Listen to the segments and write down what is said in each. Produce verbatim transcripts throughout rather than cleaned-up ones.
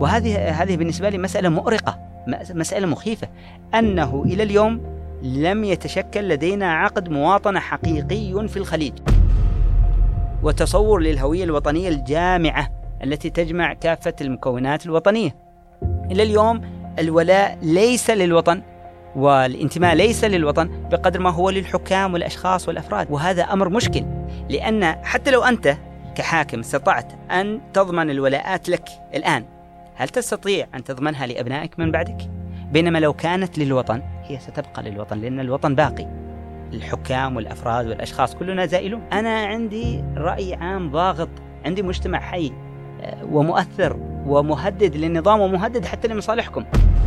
وهذه هذه بالنسبة لي مسألة مؤرقة، مسألة مخيفة، أنه إلى اليوم لم يتشكل لدينا عقد مواطنة حقيقي في الخليج وتصور للهوية الوطنية الجامعة التي تجمع كافة المكونات الوطنية. إلى اليوم الولاء ليس للوطن والانتماء ليس للوطن بقدر ما هو للحكام والأشخاص والأفراد، وهذا أمر مشكل، لأن حتى لو أنت كحاكم استطعت أن تضمن الولاءات لك الآن، هل تستطيع أن تضمنها لأبنائك من بعدك؟ بينما لو كانت للوطن هي ستبقى للوطن، لأن الوطن باقي، الحكام والأفراد والأشخاص كلنا زائلون. أنا عندي رأي عام ضاغط، عندي مجتمع حي ومؤثر ومهدد للنظام ومهدد حتى لمصالحكم،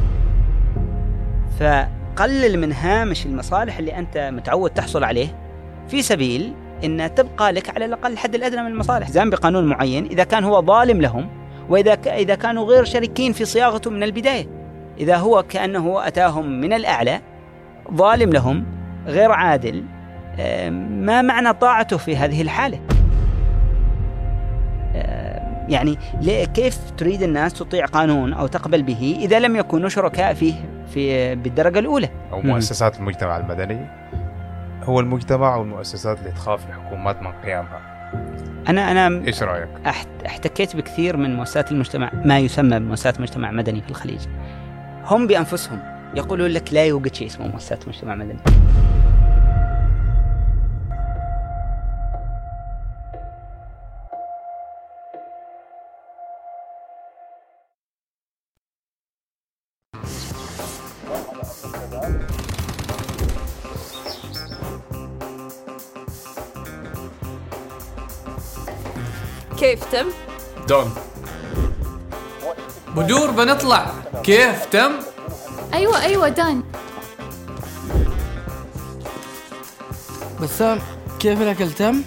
فقلل من هامش المصالح اللي أنت متعود تحصل عليه في سبيل أن تبقى لك على الأقل الحد الأدنى من المصالح، زين بقانون معين إذا كان هو ظالم لهم، وإذا ك... إذا كانوا غير شريكين في صياغته من البداية. إذا هو كأنه أتاهم من الأعلى ظالم لهم غير عادل، ما معنى طاعته في هذه الحالة؟ يعني كيف تريد الناس تطيع قانون أو تقبل به إذا لم يكونوا شركاء فيه في بالدرجة الأولى؟ أو مؤسسات المجتمع المدني، هو المجتمع والمؤسسات اللي تخاف الحكومات من قيامها. أنا أنا إيش رأيك؟ احتكيت بكثير من مؤسسات المجتمع، ما يسمى بمؤسسات مجتمع مدني في الخليج، هم بأنفسهم يقولون لك لا يوجد شيء اسمه مؤسسات مجتمع مدني. كيف تم؟ دون بدور بنطلع. كيف تم؟ أيوة أيوة دان. بسام كيف الأكل تم؟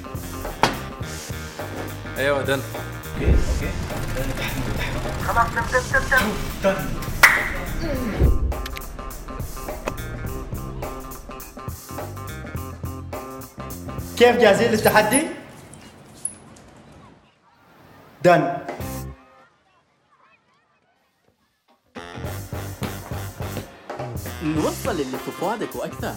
أيوة دان. أوكي أوكي خلاص تم تم تم تم دان. كيف جاهزين للتحدي؟ دان. نوصل اللي في فؤادك وأكثر.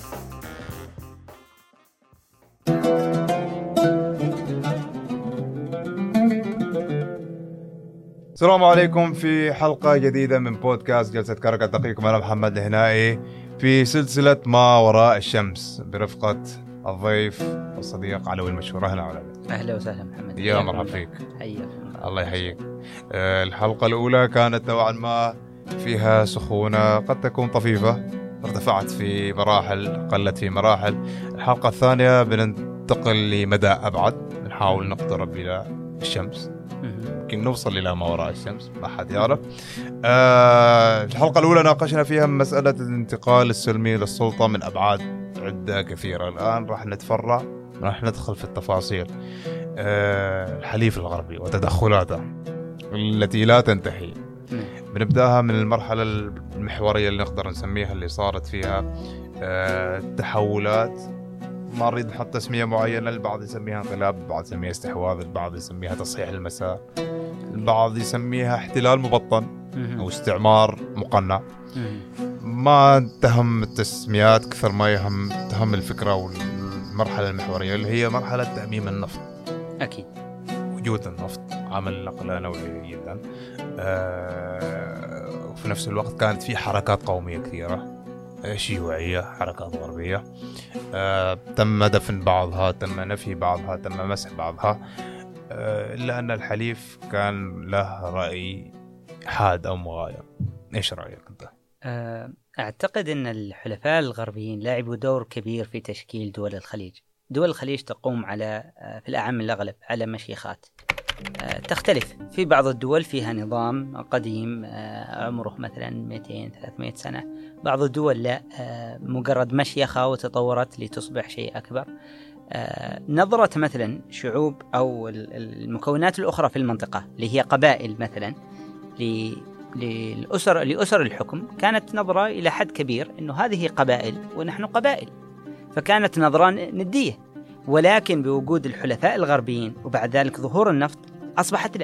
السلام عليكم في حلقة جديدة من بودكاست جلسة كرك. ألتقيكم أنا محمد الهنائي في سلسلة ما وراء الشمس برفقة الضيف والصديق علوي المشهور. أهلا علوي. أهلا وسهلا محمد. يا مرحبا فيك. حياك الله يحييك. أه الحلقة الأولى كانت نوعا ما فيها سخونة قد تكون طفيفة، ارتفعت في مراحل قلت في مراحل. الحلقة الثانية بننتقل لمدى أبعد، نحاول نقترب إلى الشمس، يمكن نوصل إلى ما وراء الشمس، ما حد يعرف. أه الحلقة الأولى ناقشنا فيها مسألة الانتقال السلمي للسلطة من أبعاد عدة كثيرة. الآن راح نتفرع، راح ندخل في التفاصيل. أه الحليف الغربي وتدخلاته التي لا تنتهي. بنبدأها من المرحلة المحورية اللي نقدر نسميها، اللي صارت فيها أه تحولات، ما نريد نحط تسمية معينة، البعض يسميها انقلاب، البعض يسميها استحواذ، البعض يسميها تصحيح المسار، البعض يسميها احتلال مبطن أو استعمار مقنع. ما تهم التسميات كثر ما يهم تهم الفكرة والمرحلة المحورية اللي هي مرحلة تأميم النفط. أكيد وجود النفط عمل نقلة نوعية جدا. أه وفي نفس الوقت كانت في حركات قومية كثيرة، شيوعية، حركات غربية، أه تم دفن بعضها، تم نفي بعضها، تم مسح بعضها، أه إلا أن الحليف كان له رأي حاد أو مغاير. إيش رأيك أنت؟ أعتقد أن الحلفاء الغربيين لعبوا دور كبير في تشكيل دول الخليج. دول الخليج تقوم على في الأعم الأغلب على مشيخات تختلف. في بعض الدول فيها نظام قديم عمره مثلا مئتين ثلاثمئة سنة، بعض الدول لا، مجرد مشيخة وتطورت لتصبح شيء أكبر. نظرة مثلا شعوب أو المكونات الأخرى في المنطقة اللي هي قبائل مثلا للأسر لأسر الحكم، كانت نظرة إلى حد كبير إنه هذه قبائل ونحن قبائل، فكانت نظرة ندية. ولكن بوجود الحلفاء الغربيين وبعد ذلك ظهور النفط أصبحت لا،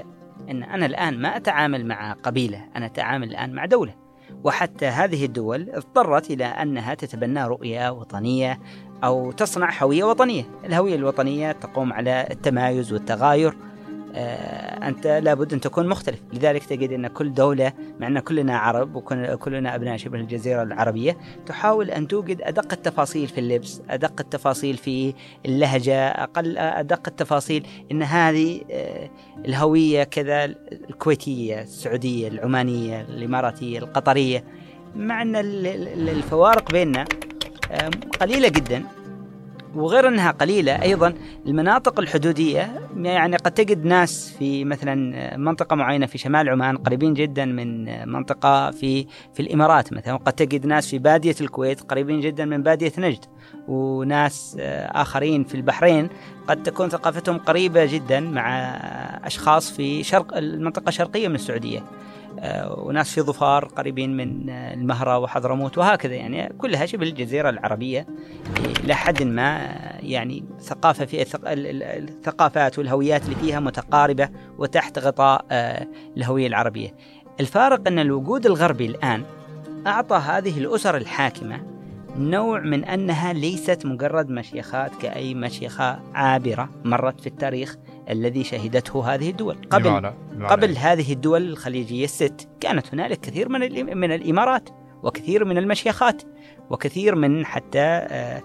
إن أنا الآن ما أتعامل مع قبيلة، أنا أتعامل الآن مع دولة. وحتى هذه الدول اضطرت إلى أنها تتبنى رؤية وطنية أو تصنع هوية وطنية. الهوية الوطنية تقوم على التمايز والتغاير. آه أنت لابد أن تكون مختلف. لذلك تجد أن كل دولة، مع أن كلنا عرب وكلنا أبناء شبه الجزيرة العربية، تحاول أن توجد أدق التفاصيل في اللبس، أدق التفاصيل في اللهجة، أقل أدق التفاصيل. إن هذه آه الهوية كذا الكويتية، السعودية، العمانية، الإماراتية، القطرية، مع أن الفوارق بيننا آه قليلة جدا. وغير أنها قليلة أيضا المناطق الحدودية، يعني قد تجد ناس في مثلا منطقة معينة في شمال عمان قريبين جدا من منطقة في في الإمارات مثلا، وقد تجد ناس في بادية الكويت قريبين جدا من بادية نجد، وناس آخرين في البحرين قد تكون ثقافتهم قريبة جدا مع أشخاص في شرق المنطقة الشرقية من السعودية، وناس في ظفار قريبين من المهرة وحضرموت، وهكذا. يعني كلها شبه الجزيرة العربية إلى حد ما، يعني ثقافة في الثقافات والهويات اللي فيها متقاربة وتحت غطاء الهوية العربية. الفارق أن الوجود الغربي الآن أعطى هذه الأسر الحاكمة نوع من أنها ليست مجرد مشيخات كأي مشيخة عابرة مرت في التاريخ الذي شهدته هذه الدول. قبل بمعنى. بمعنى. قبل هذه الدول الخليجية الست كانت هنالك كثير من من الإمارات، وكثير من المشيخات، وكثير من حتى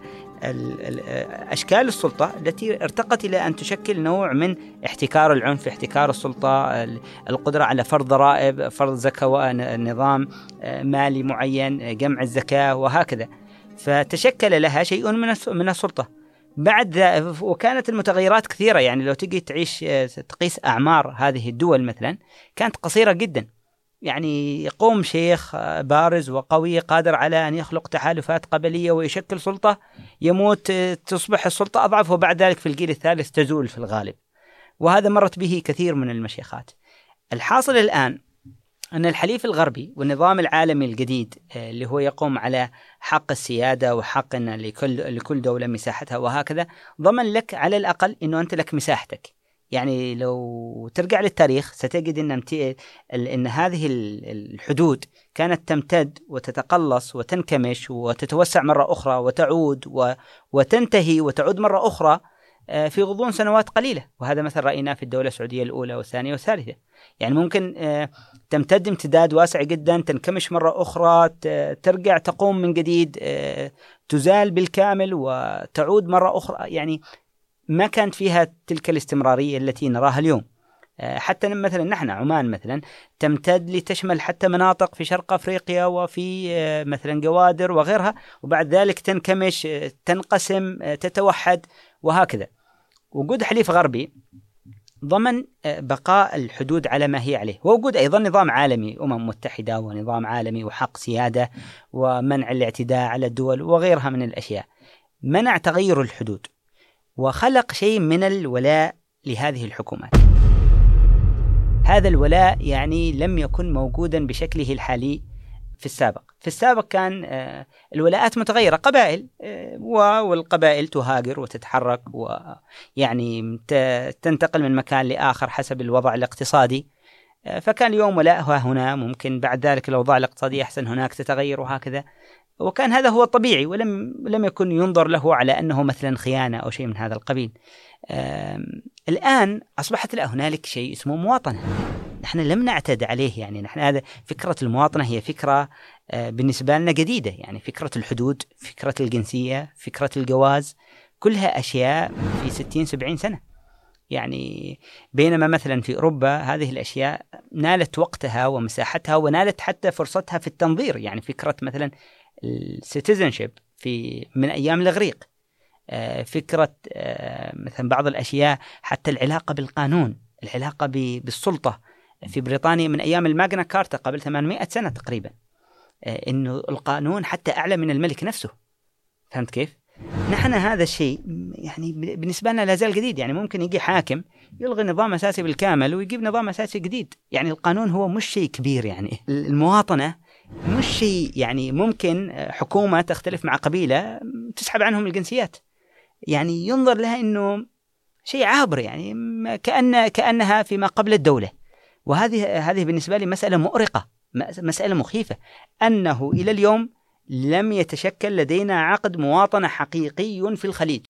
أشكال السلطة التي ارتقت إلى أن تشكل نوع من احتكار العنف، احتكار السلطة، القدرة على فرض ضرائب، فرض زكاة، نظام مالي معين، جمع الزكاة، وهكذا. فتشكل لها شيء من من السلطة. بعد ذا وكانت المتغيرات كثيرة. يعني لو تجي تعيش تقيس أعمار هذه الدول مثلا كانت قصيرة جدا. يعني يقوم شيخ بارز وقوي قادر على أن يخلق تحالفات قبلية ويشكل سلطة، يموت، تصبح السلطة أضعف، وبعد ذلك في الجيل الثالث تزول في الغالب. وهذا مرت به كثير من المشيخات. الحاصل الآن أن الحليف الغربي والنظام العالمي الجديد اللي هو يقوم على حق السيادة وحق أن لكل, لكل دولة مساحتها وهكذا، ضمن لك على الأقل أنه أنت لك مساحتك. يعني لو ترجع للتاريخ ستجد أن, إن هذه الحدود كانت تمتد وتتقلص وتنكمش وتتوسع مرة أخرى وتعود وتنتهي وتعود مرة أخرى في غضون سنوات قليلة. وهذا مثل رأينا في الدولة السعودية الأولى والثانية والثالثة. يعني ممكن تمتد امتداد واسع جدا، تنكمش مرة أخرى، ترجع تقوم من جديد، تزال بالكامل وتعود مرة أخرى. يعني ما كانت فيها تلك الاستمرارية التي نراها اليوم. حتى مثلا نحن عمان مثلا تمتد لتشمل حتى مناطق في شرق أفريقيا وفي مثلا جوادر وغيرها، وبعد ذلك تنكمش، تنقسم، تتوحد، وهكذا. وجود حليف غربي ضمن بقاء الحدود على ما هي عليه، ووجود أيضا نظام عالمي، أمم متحدة ونظام عالمي وحق سيادة ومنع الاعتداء على الدول وغيرها من الأشياء، منع تغير الحدود وخلق شيء من الولاء لهذه الحكومات. هذا الولاء يعني لم يكن موجودا بشكله الحالي في السابق. في السابق كان الولاءات متغيرة، قبائل، والقبائل تهاجر وتتحرك ويعني تنتقل من مكان لآخر حسب الوضع الاقتصادي. فكان اليوم ولاءها هنا، ممكن بعد ذلك الأوضاع الاقتصادية أحسن هناك تتغير وهكذا. وكان هذا هو الطبيعي، ولم لم يكن ينظر له على أنه مثلا خيانة أو شيء من هذا القبيل. الآن أصبحت لا، هنالك شيء اسمه مواطنة، نحن لم نعتد عليه. يعني نحن هذا فكرة المواطنة هي فكرة بالنسبة لنا جديدة. يعني فكرة الحدود، فكرة الجنسية، فكرة الجواز، كلها أشياء في ستين سبعين سنة. يعني بينما مثلا في أوروبا هذه الأشياء نالت وقتها ومساحتها ونالت حتى فرصتها في التنظير. يعني فكرة مثلا السيتيزنشيب في من أيام الإغريق، فكرة مثلا بعض الأشياء حتى العلاقة بالقانون، العلاقة بالسلطة في بريطانيا من أيام الماغنا كارتا قبل ثمانمائة سنة تقريبا، إنه القانون حتى أعلى من الملك نفسه. فهمت كيف؟ نحن هذا الشيء يعني بالنسبة لنا لا زال جديد. يعني ممكن يجي حاكم يلغي نظام أساسي بالكامل ويجيب نظام أساسي جديد. يعني القانون هو مش شيء كبير. يعني المواطنة مش شيء، يعني ممكن حكومة تختلف مع قبيلة تسحب عنهم الجنسيات، يعني ينظر لها إنه شيء عابر، يعني كأن كأنها فيما قبل الدولة. وهذه هذه بالنسبة لي مسألة مؤرقة، مسألة مخيفة، أنه إلى اليوم لم يتشكل لدينا عقد مواطنة حقيقي في الخليج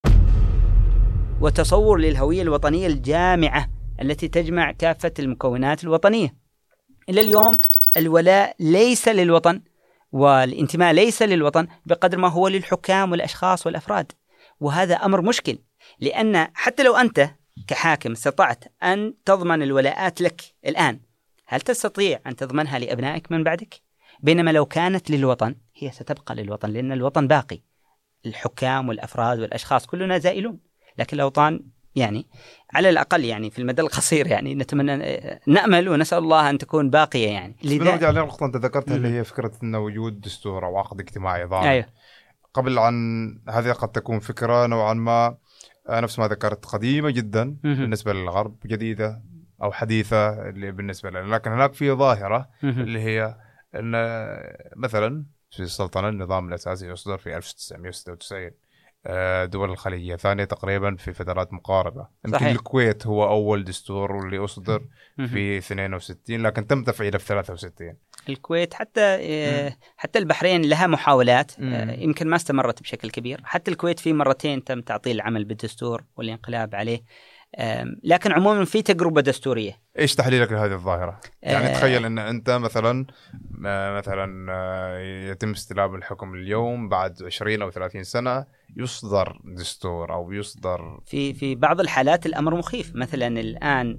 وتصور للهوية الوطنية الجامعة التي تجمع كافة المكونات الوطنية. إلى اليوم الولاء ليس للوطن والانتماء ليس للوطن بقدر ما هو للحكام والأشخاص والأفراد، وهذا أمر مشكل، لأن حتى لو أنت كحاكم استطعت أن تضمن الولاءات لك الآن، هل تستطيع أن تضمنها لأبنائك من بعدك؟ بينما لو كانت للوطن هي ستبقى للوطن، لأن الوطن باقي، الحكام والأفراد والأشخاص كلنا زائلون، لكن الأوطان يعني على الأقل يعني في المدى القصير يعني نتمنى نأمل ونسأل الله أن تكون باقية. يعني بنرجع لنقطة أنت ذكرتها اللي هي فكرة أن وجود دستور أو عقد اجتماعي ضامن. أيوه. قبل عن هذه قد تكون فكرة نوعا ما نفس ما ذكرت قديمة جدا بالنسبة للغرب، جديدة أو حديثة اللي بالنسبة لنا، لكن هناك في ظاهرة اللي هي أن مثلا في السلطنة النظام الأساسي يصدر في ألف وتسعمائة وستة وتسعين، دول الخليجية ثانية تقريبا في فترات مقاربة. يمكن الكويت هو أول دستور اللي أصدر في اثنين وستين، لكن تم تفعيله في ثلاثة وستين. الكويت حتى حتى البحرين لها محاولات يمكن ما استمرت بشكل كبير، حتى الكويت في مرتين تم تعطيل العمل بالدستور والانقلاب عليه، لكن عموما في تجربة دستورية. إيش تحليلك لهذه الظاهرة؟ يعني أه تخيل أن أنت مثلا مثلا يتم استلام الحكم اليوم بعد عشرين أو ثلاثين سنة يصدر دستور أو يصدر في في بعض الحالات الأمر مخيف. مثلا الآن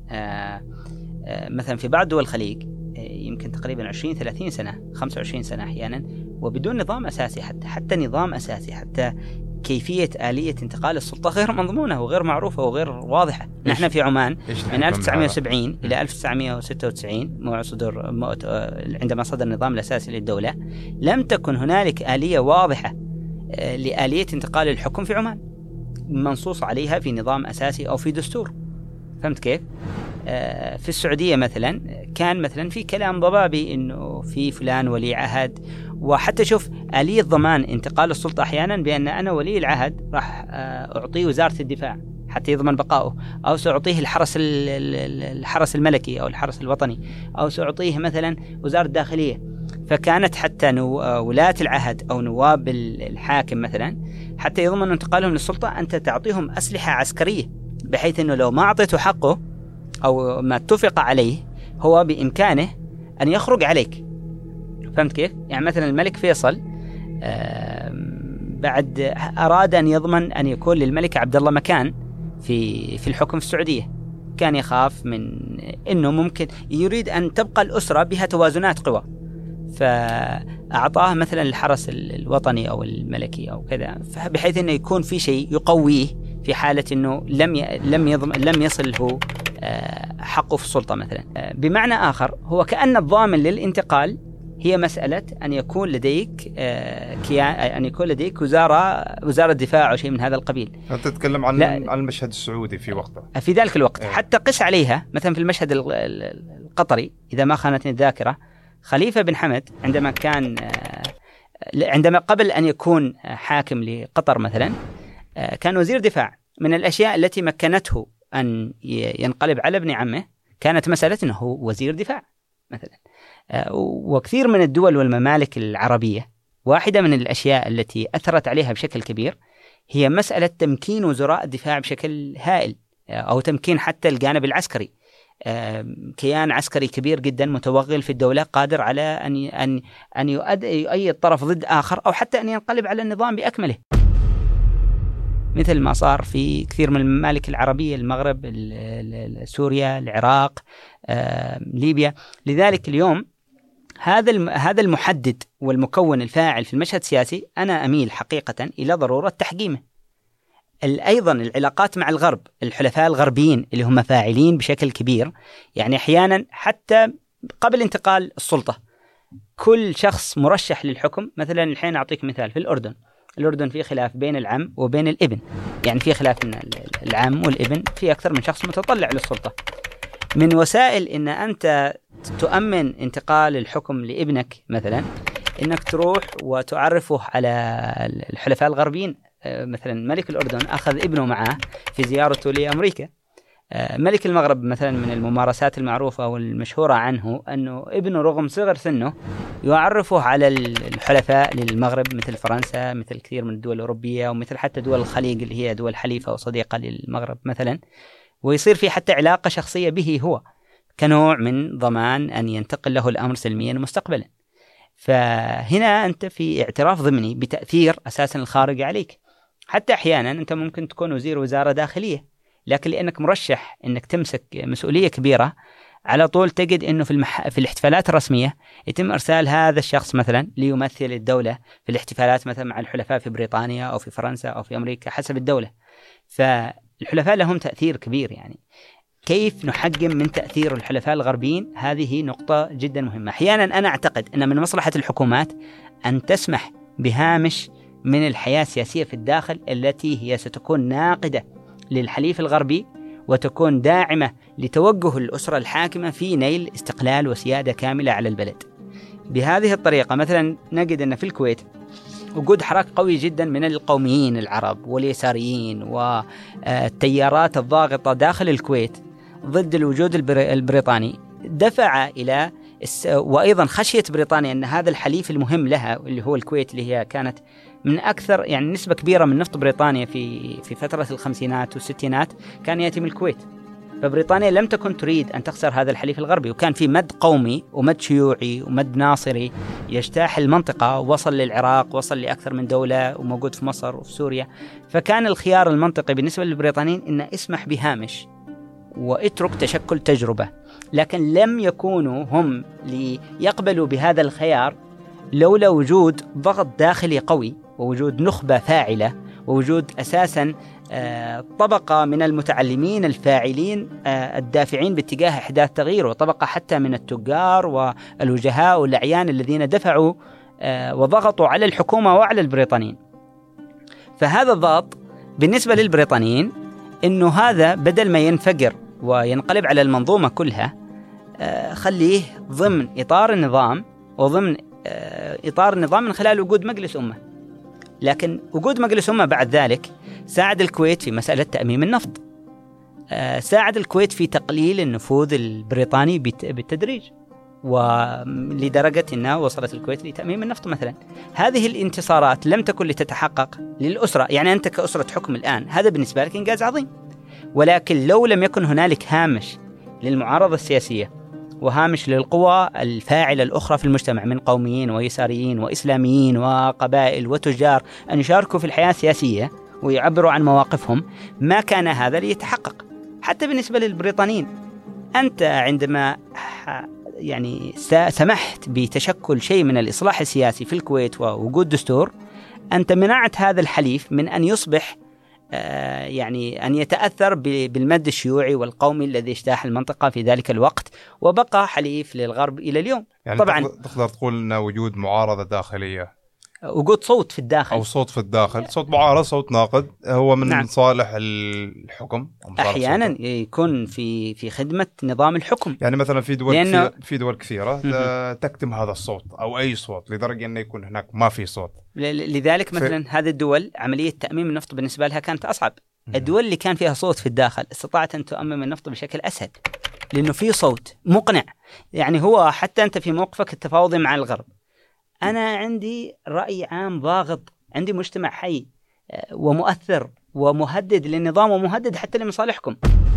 مثلا في بعض دول الخليج يمكن تقريبا عشرين ثلاثين سنة، خمسة وعشرين سنة أحيانا، وبدون نظام أساسي، حتى حتى نظام أساسي، حتى كيفية آلية انتقال السلطة غير منظومة وغير معروفة وغير واضحة. نحن في عمان من ألف وتسعمائة وسبعين إلى ألف وتسعمائة وستة وتسعين صدر عندما صدر النظام الأساسي للدولة، لم تكن هنالك آلية واضحة لآلية انتقال الحكم في عمان منصوص عليها في نظام أساسي أو في دستور. فهمت كيف؟ في السعودية مثلا كان مثلا في كلام ضبابي إنه في فلان ولي عهد، وحتى شوف آلية ضمان انتقال السلطة أحيانا بأن أنا ولي العهد راح أعطيه وزارة الدفاع حتى يضمن بقائه، أو سأعطيه الحرس الحرس الملكي أو الحرس الوطني، أو سأعطيه مثلا وزارة الداخلية. فكانت حتى ولاة العهد أو نواب الحاكم مثلا حتى يضمن انتقالهم للسلطة أنت تعطيهم أسلحة عسكرية، بحيث أنه لو ما أعطيته حقه أو ما اتفق عليه هو بإمكانه أن يخرج عليك. فهمت كيف؟ يعني مثلا الملك فيصل بعد أراد أن يضمن أن يكون للملك عبد الله مكان في في الحكم في السعودية، كان يخاف من إنه ممكن يريد أن تبقى الأسرة بها توازنات قوى، فأعطاه مثلا الحرس الوطني أو الملكي أو كذا، بحيث إنه يكون في شيء يقويه في حالة إنه لم ي... لم يضم... لم يصله حقه في السلطة مثلا. بمعنى آخر هو كأن الضامن للانتقال هي مسألة أن يكون لديك كيان، أن يكون لديك وزارة وزارة دفاع أو شيء من هذا القبيل. أنت تتكلم عن عن المشهد السعودي في وقته، في ذلك الوقت أيه. حتى قس عليها مثلا في المشهد القطري إذا ما خانتني الذاكرة، خليفة بن حمد عندما كان عندما قبل أن يكون حاكم لقطر مثلا كان وزير دفاع. من الأشياء التي مكنته أن ينقلب على ابن عمه كانت مسألة أنه هو وزير دفاع مثلا. وكثير من الدول والممالك العربية واحدة من الأشياء التي أثرت عليها بشكل كبير هي مسألة تمكين وزراء الدفاع بشكل هائل، أو تمكين حتى الجانب العسكري. كيان عسكري كبير جدا متوغل في الدولة قادر على أن أن أن يؤيد طرف ضد آخر، أو حتى أن ينقلب على النظام بأكمله، مثل ما صار في كثير من الممالك العربية، المغرب، سوريا، العراق، ليبيا. لذلك اليوم هذا هذا المحدد والمكون الفاعل في المشهد السياسي أنا أميل حقيقة إلى ضرورة تحجيمه. أيضا العلاقات مع الغرب، الحلفاء الغربيين اللي هم فاعلين بشكل كبير، يعني أحيانا حتى قبل انتقال السلطة كل شخص مرشح للحكم. مثلا الحين أعطيك مثال في الأردن، الأردن في خلاف بين العم وبين الابن، يعني في خلاف من العم والابن، في أكثر من شخص متطلع للسلطة. من وسائل إن أنت تؤمن انتقال الحكم لابنك مثلا إنك تروح وتعرفه على الحلفاء الغربيين. مثلا ملك الأردن أخذ ابنه معه في زيارته لأمريكا، ملك المغرب مثلا من الممارسات المعروفة والمشهورة عنه أنه ابنه رغم صغر سنه يعرفه على الحلفاء للمغرب مثل فرنسا، مثل كثير من الدول الأوروبية، ومثل حتى دول الخليج اللي هي دول حليفة وصديقة للمغرب مثلا، ويصير في حتى علاقة شخصية به هو كنوع من ضمان أن ينتقل له الأمر سلميا مستقبلا. فهنا أنت في اعتراف ضمني بتأثير أساسا الخارج عليك. حتى أحيانا أنت ممكن تكون وزير وزارة داخلية، لكن لأنك مرشح أنك تمسك مسؤولية كبيرة، على طول تجد أنه في, المح... في الاحتفالات الرسمية يتم إرسال هذا الشخص مثلا ليمثل الدولة في الاحتفالات مثلا مع الحلفاء في بريطانيا أو في فرنسا أو في أمريكا حسب الدولة. فالحلفاء لهم تأثير كبير. يعني كيف نحجم من تأثير الحلفاء الغربيين؟ هذه نقطة جدا مهمة. أحيانا أنا أعتقد أن من مصلحة الحكومات أن تسمح بهامش من الحياة السياسية في الداخل التي هي ستكون ناقدة للحليف الغربي وتكون داعمة لتوجه الأسرة الحاكمة في نيل استقلال وسيادة كاملة على البلد. بهذه الطريقة مثلا نجد أن في الكويت وجود حراك قوي جدا من القوميين العرب واليساريين والتيارات الضاغطة داخل الكويت ضد الوجود البريطاني، دفع إلى وأيضا خشية بريطانيا أن هذا الحليف المهم لها اللي هو الكويت، اللي هي كانت من أكثر يعني نسبة كبيرة من نفط بريطانيا في في فترة الخمسينات والستينات كان يأتي من الكويت. فبريطانيا لم تكن تريد أن تخسر هذا الحليف الغربي، وكان في مد قومي ومد شيوعي ومد ناصري يجتاح المنطقة، وصل للعراق، وصل لأكثر من دولة، وموجود في مصر وفي سوريا. فكان الخيار المنطقي بالنسبة للبريطانيين إن اسمح بهامش واترك تشكل تجربة، لكن لم يكونوا هم ليقبلوا بهذا الخيار لولا وجود ضغط داخلي قوي ووجود نخبة فاعلة ووجود أساسا طبقة من المتعلمين الفاعلين الدافعين باتجاه إحداث تغيير، وطبقة حتى من التجار والوجهاء والأعيان الذين دفعوا وضغطوا على الحكومة وعلى البريطانيين. فهذا الضغط بالنسبة للبريطانيين إنه هذا بدل ما ينفجر وينقلب على المنظومة كلها، خليه ضمن إطار النظام وضمن إطار النظام من خلال وجود مجلس أمة. لكن وجود مجلس أمة بعد ذلك ساعد الكويت في مسألة تأميم النفط، ساعد الكويت في تقليل النفوذ البريطاني بالتدريج، ولدرجة أنها وصلت الكويت لتأميم النفط مثلا. هذه الانتصارات لم تكن لتتحقق للأسرة، يعني أنت كأسرة حكم الآن هذا بالنسبة لك إنجاز عظيم، ولكن لو لم يكن هنالك هامش للمعارضة السياسية وهامش للقوى الفاعلة الأخرى في المجتمع من قوميين ويساريين وإسلاميين وقبائل وتجار أن يشاركوا في الحياة السياسية ويعبروا عن مواقفهم، ما كان هذا ليتحقق. حتى بالنسبة للبريطانيين، أنت عندما يعني سمحت بتشكل شيء من الإصلاح السياسي في الكويت ووجود دستور، أنت منعت هذا الحليف من أن يصبح يعني أن يتأثر بالمد الشيوعي والقومي الذي اجتاح المنطقة في ذلك الوقت وبقى حليف للغرب إلى اليوم. يعني طبعا تقدر تقول أن وجود معارضة داخلية، وجود صوت في الداخل أو صوت في الداخل، صوت معارض، صوت ناقد، هو من نعم. صالح الحكم أحيانا صوته. يكون في في خدمة نظام الحكم. يعني مثلا في دول لأنه... كثير في دول كثيرة تكتم هذا الصوت أو أي صوت لدرجة أنه يكون هناك ما في صوت. لذلك مثلا ف... هذه الدول عملية تأميم النفط بالنسبة لها كانت أصعب. الدول اللي كان فيها صوت في الداخل استطاعت أن تؤمم النفط بشكل أسهل، لأنه في صوت مقنع. يعني هو حتى أنت في موقفك التفاوضي مع الغرب، أنا عندي رأي عام ضاغط، عندي مجتمع حي ومؤثر ومهدد للنظام ومهدد حتى لمصالحكم،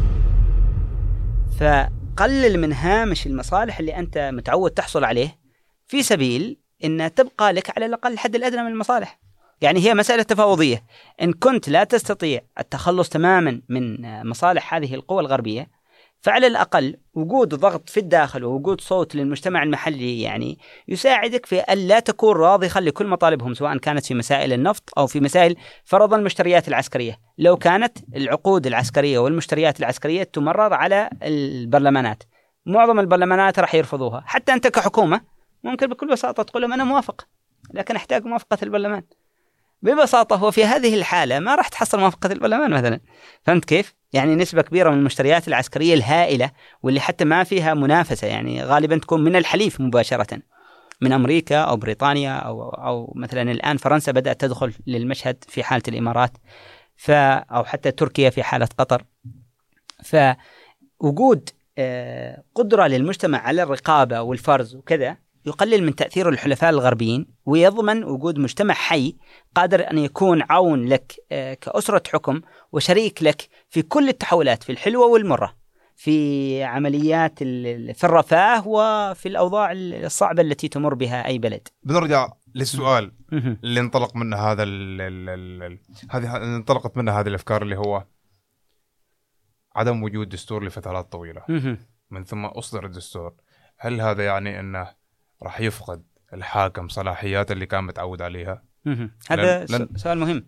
فقلل من هامش المصالح اللي أنت متعود تحصل عليه في سبيل أن تبقى لك على الأقل الحد الأدنى من المصالح. يعني هي مسألة تفاوضية. إن كنت لا تستطيع التخلص تماما من مصالح هذه القوى الغربية، فعلى الأقل وجود ضغط في الداخل ووجود صوت للمجتمع المحلي يعني يساعدك في أن لا تكون راضخا لكل مطالبهم، سواء كانت في مسائل النفط أو في مسائل فرض المشتريات العسكرية. لو كانت العقود العسكرية والمشتريات العسكرية تمرر على البرلمانات، معظم البرلمانات راح يرفضوها. حتى أنت كحكومة ممكن بكل بساطة تقول لهم أنا موافق، لكن أحتاج موافقة البرلمان. ببساطة هو في هذه الحالة ما راح تحصل موافقة البرلمان مثلا. فهمت كيف؟ يعني نسبة كبيرة من المشتريات العسكرية الهائلة واللي حتى ما فيها منافسة، يعني غالبا تكون من الحليف مباشرة، من أمريكا أو بريطانيا أو أو مثلا الآن فرنسا بدأت تدخل للمشهد في حالة الإمارات، ف أو حتى تركيا في حالة قطر. فوجود قدرة للمجتمع على الرقابة والفرز وكذا يقلل من تأثير الحلفاء الغربيين، ويضمن وجود مجتمع حي قادر أن يكون عون لك كأسرة حكم وشريك لك في كل التحولات، في الحلوة والمرة، في عمليات في الرفاه وفي الأوضاع الصعبة التي تمر بها أي بلد. بنرجع للسؤال اللي انطلق منه هذا هذه انطلقت منه هذه الأفكار، اللي هو عدم وجود دستور لفترات طويلة من ثم أصدر الدستور. هل هذا يعني أنه راح يفقد الحاكم صلاحيات اللي كان متعود عليها؟ هذا لن... سؤال مهم.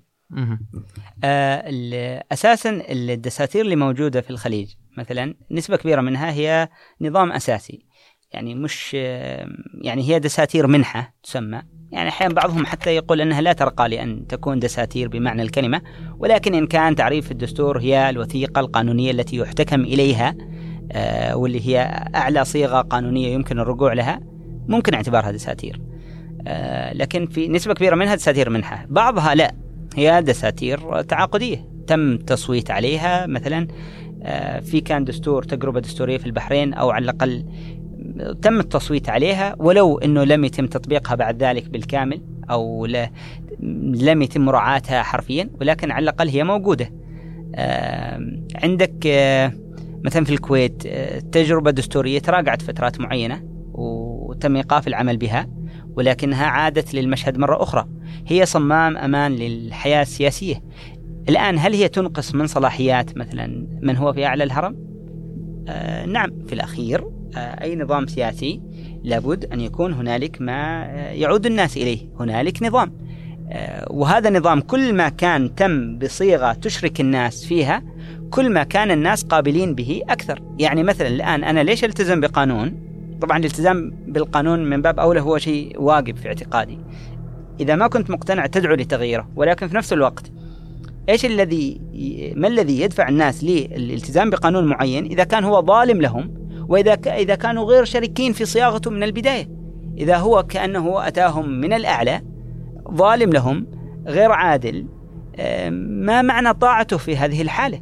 آه أساسا الدساتير اللي موجودة في الخليج مثلا نسبة كبيرة منها هي نظام أساسي، يعني مش يعني هي دساتير منحة تسمى، يعني أحيانا بعضهم حتى يقول أنها لا ترقى لأن تكون دساتير بمعنى الكلمة، ولكن إن كان تعريف الدستور هي الوثيقة القانونية التي يحتكم إليها آه واللي هي أعلى صيغة قانونية يمكن الرجوع لها، ممكن اعتبارها دساتير. آه لكن في نسبة كبيرة منها دساتير منحة، بعضها لا، هي دساتير تعاقدية تم تصويت عليها. مثلا آه في كان دستور تجربة دستورية في البحرين، أو على الأقل تم التصويت عليها ولو أنه لم يتم تطبيقها بعد ذلك بالكامل، أو لم يتم مراعاتها حرفيا، ولكن على الأقل هي موجودة. آه عندك آه مثلا في الكويت آه تجربة دستورية تراجعت فترات معينة وتم إيقاف العمل بها، ولكنها عادت للمشهد مرة أخرى، هي صمام أمان للحياة السياسية. الآن هل هي تنقص من صلاحيات مثلا من هو في أعلى الهرم؟ آه نعم، في الأخير آه أي نظام سياسي لابد أن يكون هنالك ما آه يعود الناس إليه، هنالك نظام، آه وهذا النظام كل ما كان تم بصيغة تشرك الناس فيها كل ما كان الناس قابلين به أكثر. يعني مثلا الآن أنا ليش التزم بقانون؟ طبعا الالتزام بالقانون من باب أولى هو شيء واجب في اعتقادي، إذا ما كنت مقتنع تدعو لتغييره، ولكن في نفس الوقت إيش الذي ما الذي يدفع الناس للالتزام بقانون معين إذا كان هو ظالم لهم، وإذا ك... إذا كانوا غير شريكين في صياغته من البداية، إذا هو كأنه أتاهم من الأعلى ظالم لهم غير عادل، ما معنى طاعته في هذه الحالة؟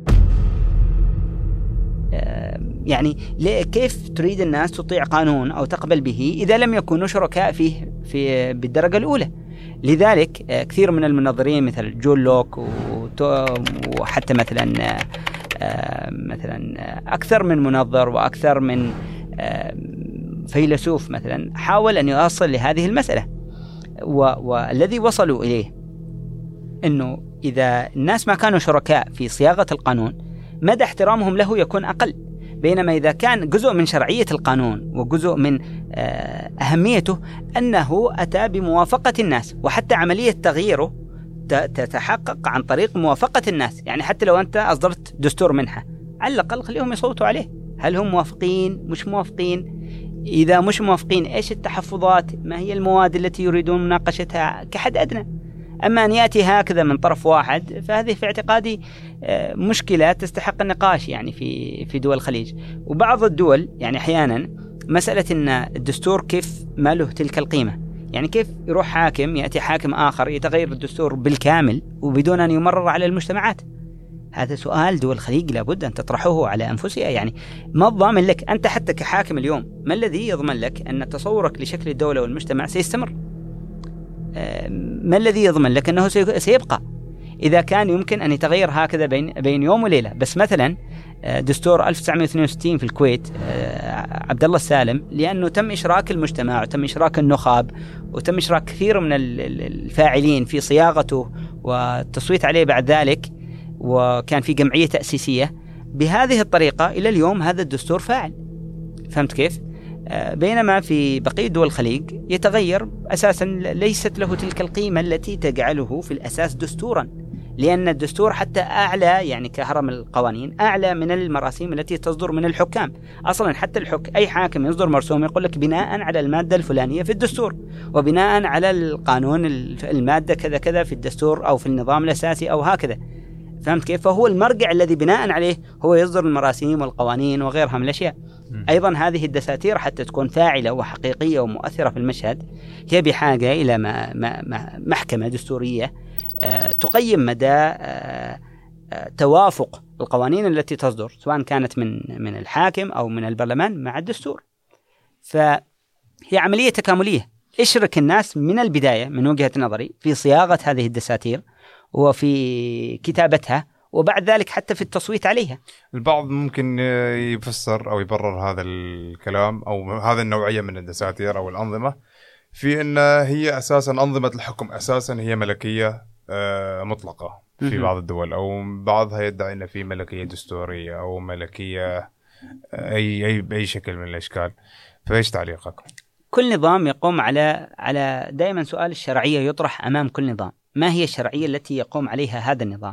يعني كيف تريد الناس تطيع قانون أو تقبل به إذا لم يكونوا شركاء فيه في بالدرجة الأولى؟ لذلك كثير من المنظرين مثل جون لوك وحتى مثلا مثلا أكثر من منظر وأكثر من فيلسوف مثلا حاول أن يوصل لهذه المسألة، والذي وصلوا إليه أنه إذا الناس ما كانوا شركاء في صياغة القانون مدى احترامهم له يكون أقل، بينما إذا كان جزء من شرعية القانون وجزء من أهميته أنه أتى بموافقة الناس، وحتى عملية تغييره تتحقق عن طريق موافقة الناس. يعني حتى لو أنت أصدرت دستور منحة على الأقل خليهم يصوتوا عليه، هل هم موافقين مش موافقين؟ إذا مش موافقين إيش التحفظات، ما هي المواد التي يريدون مناقشتها كحد أدنى. أما أن يأتي هكذا من طرف واحد فهذه في اعتقادي مشكلة تستحق النقاش يعني في في دول الخليج وبعض الدول. يعني أحيانا مسألة أن الدستور كيف ما له تلك القيمة، يعني كيف يروح حاكم يأتي حاكم آخر يتغير الدستور بالكامل وبدون أن يمرر على المجتمعات؟ هذا سؤال دول الخليج لابد أن تطرحه على أنفسها. يعني ما الضامن لك أنت حتى كحاكم اليوم، ما الذي يضمن لك أن تصورك لشكل الدولة والمجتمع سيستمر؟ ما الذي يضمن لك أنه سيبقى إذا كان يمكن أن يتغير هكذا بين بين يوم وليلة؟ بس مثلا دستور ألف وتسعمائة واثنين وستين في الكويت عبد الله السالم، لأنه تم إشراك المجتمع وتم إشراك النخب وتم إشراك كثير من الفاعلين في صياغته والتصويت عليه بعد ذلك، وكان في جمعية تأسيسية. بهذه الطريقة إلى اليوم هذا الدستور فاعل. فهمت كيف؟ بينما في بقية دول الخليج يتغير أساسا ليست له تلك القيمة التي تجعله في الأساس دستورا، لأن الدستور حتى أعلى يعني كهرم القوانين أعلى من المراسيم التي تصدر من الحكام. أصلا حتى الحك أي حاكم يصدر مرسوم يقول لك بناء على المادة الفلانية في الدستور، وبناء على القانون المادة كذا كذا في الدستور أو في النظام الأساسي أو هكذا. فهمت كيف؟ فهو المرجع الذي بناء عليه هو يصدر المراسيم والقوانين وغيرها من الأشياء. أيضا هذه الدساتير حتى تكون فاعلة وحقيقية ومؤثرة في المشهد هي بحاجة إلى ما ما ما محكمة دستورية آه تقيم مدى آه آه توافق القوانين التي تصدر سواء كانت من من الحاكم أو من البرلمان مع الدستور. فهي عملية تكاملية، اشرك الناس من البداية من وجهة نظري في صياغة هذه الدساتير وفي كتابتها، وبعد ذلك حتى في التصويت عليها. البعض ممكن يفسر أو يبرر هذا الكلام أو هذا النوعية من الدساتير أو الأنظمة في أن هي أساسا أنظمة الحكم أساسا هي ملكية مطلقة في بعض الدول، أو بعضها يدعي أن في ملكية دستورية أو ملكية أي أي بأي شكل من الأشكال. فإيش تعليقك؟ كل نظام يقوم على على دائما سؤال الشرعية يطرح أمام كل نظام. ما هي الشرعية التي يقوم عليها هذا النظام؟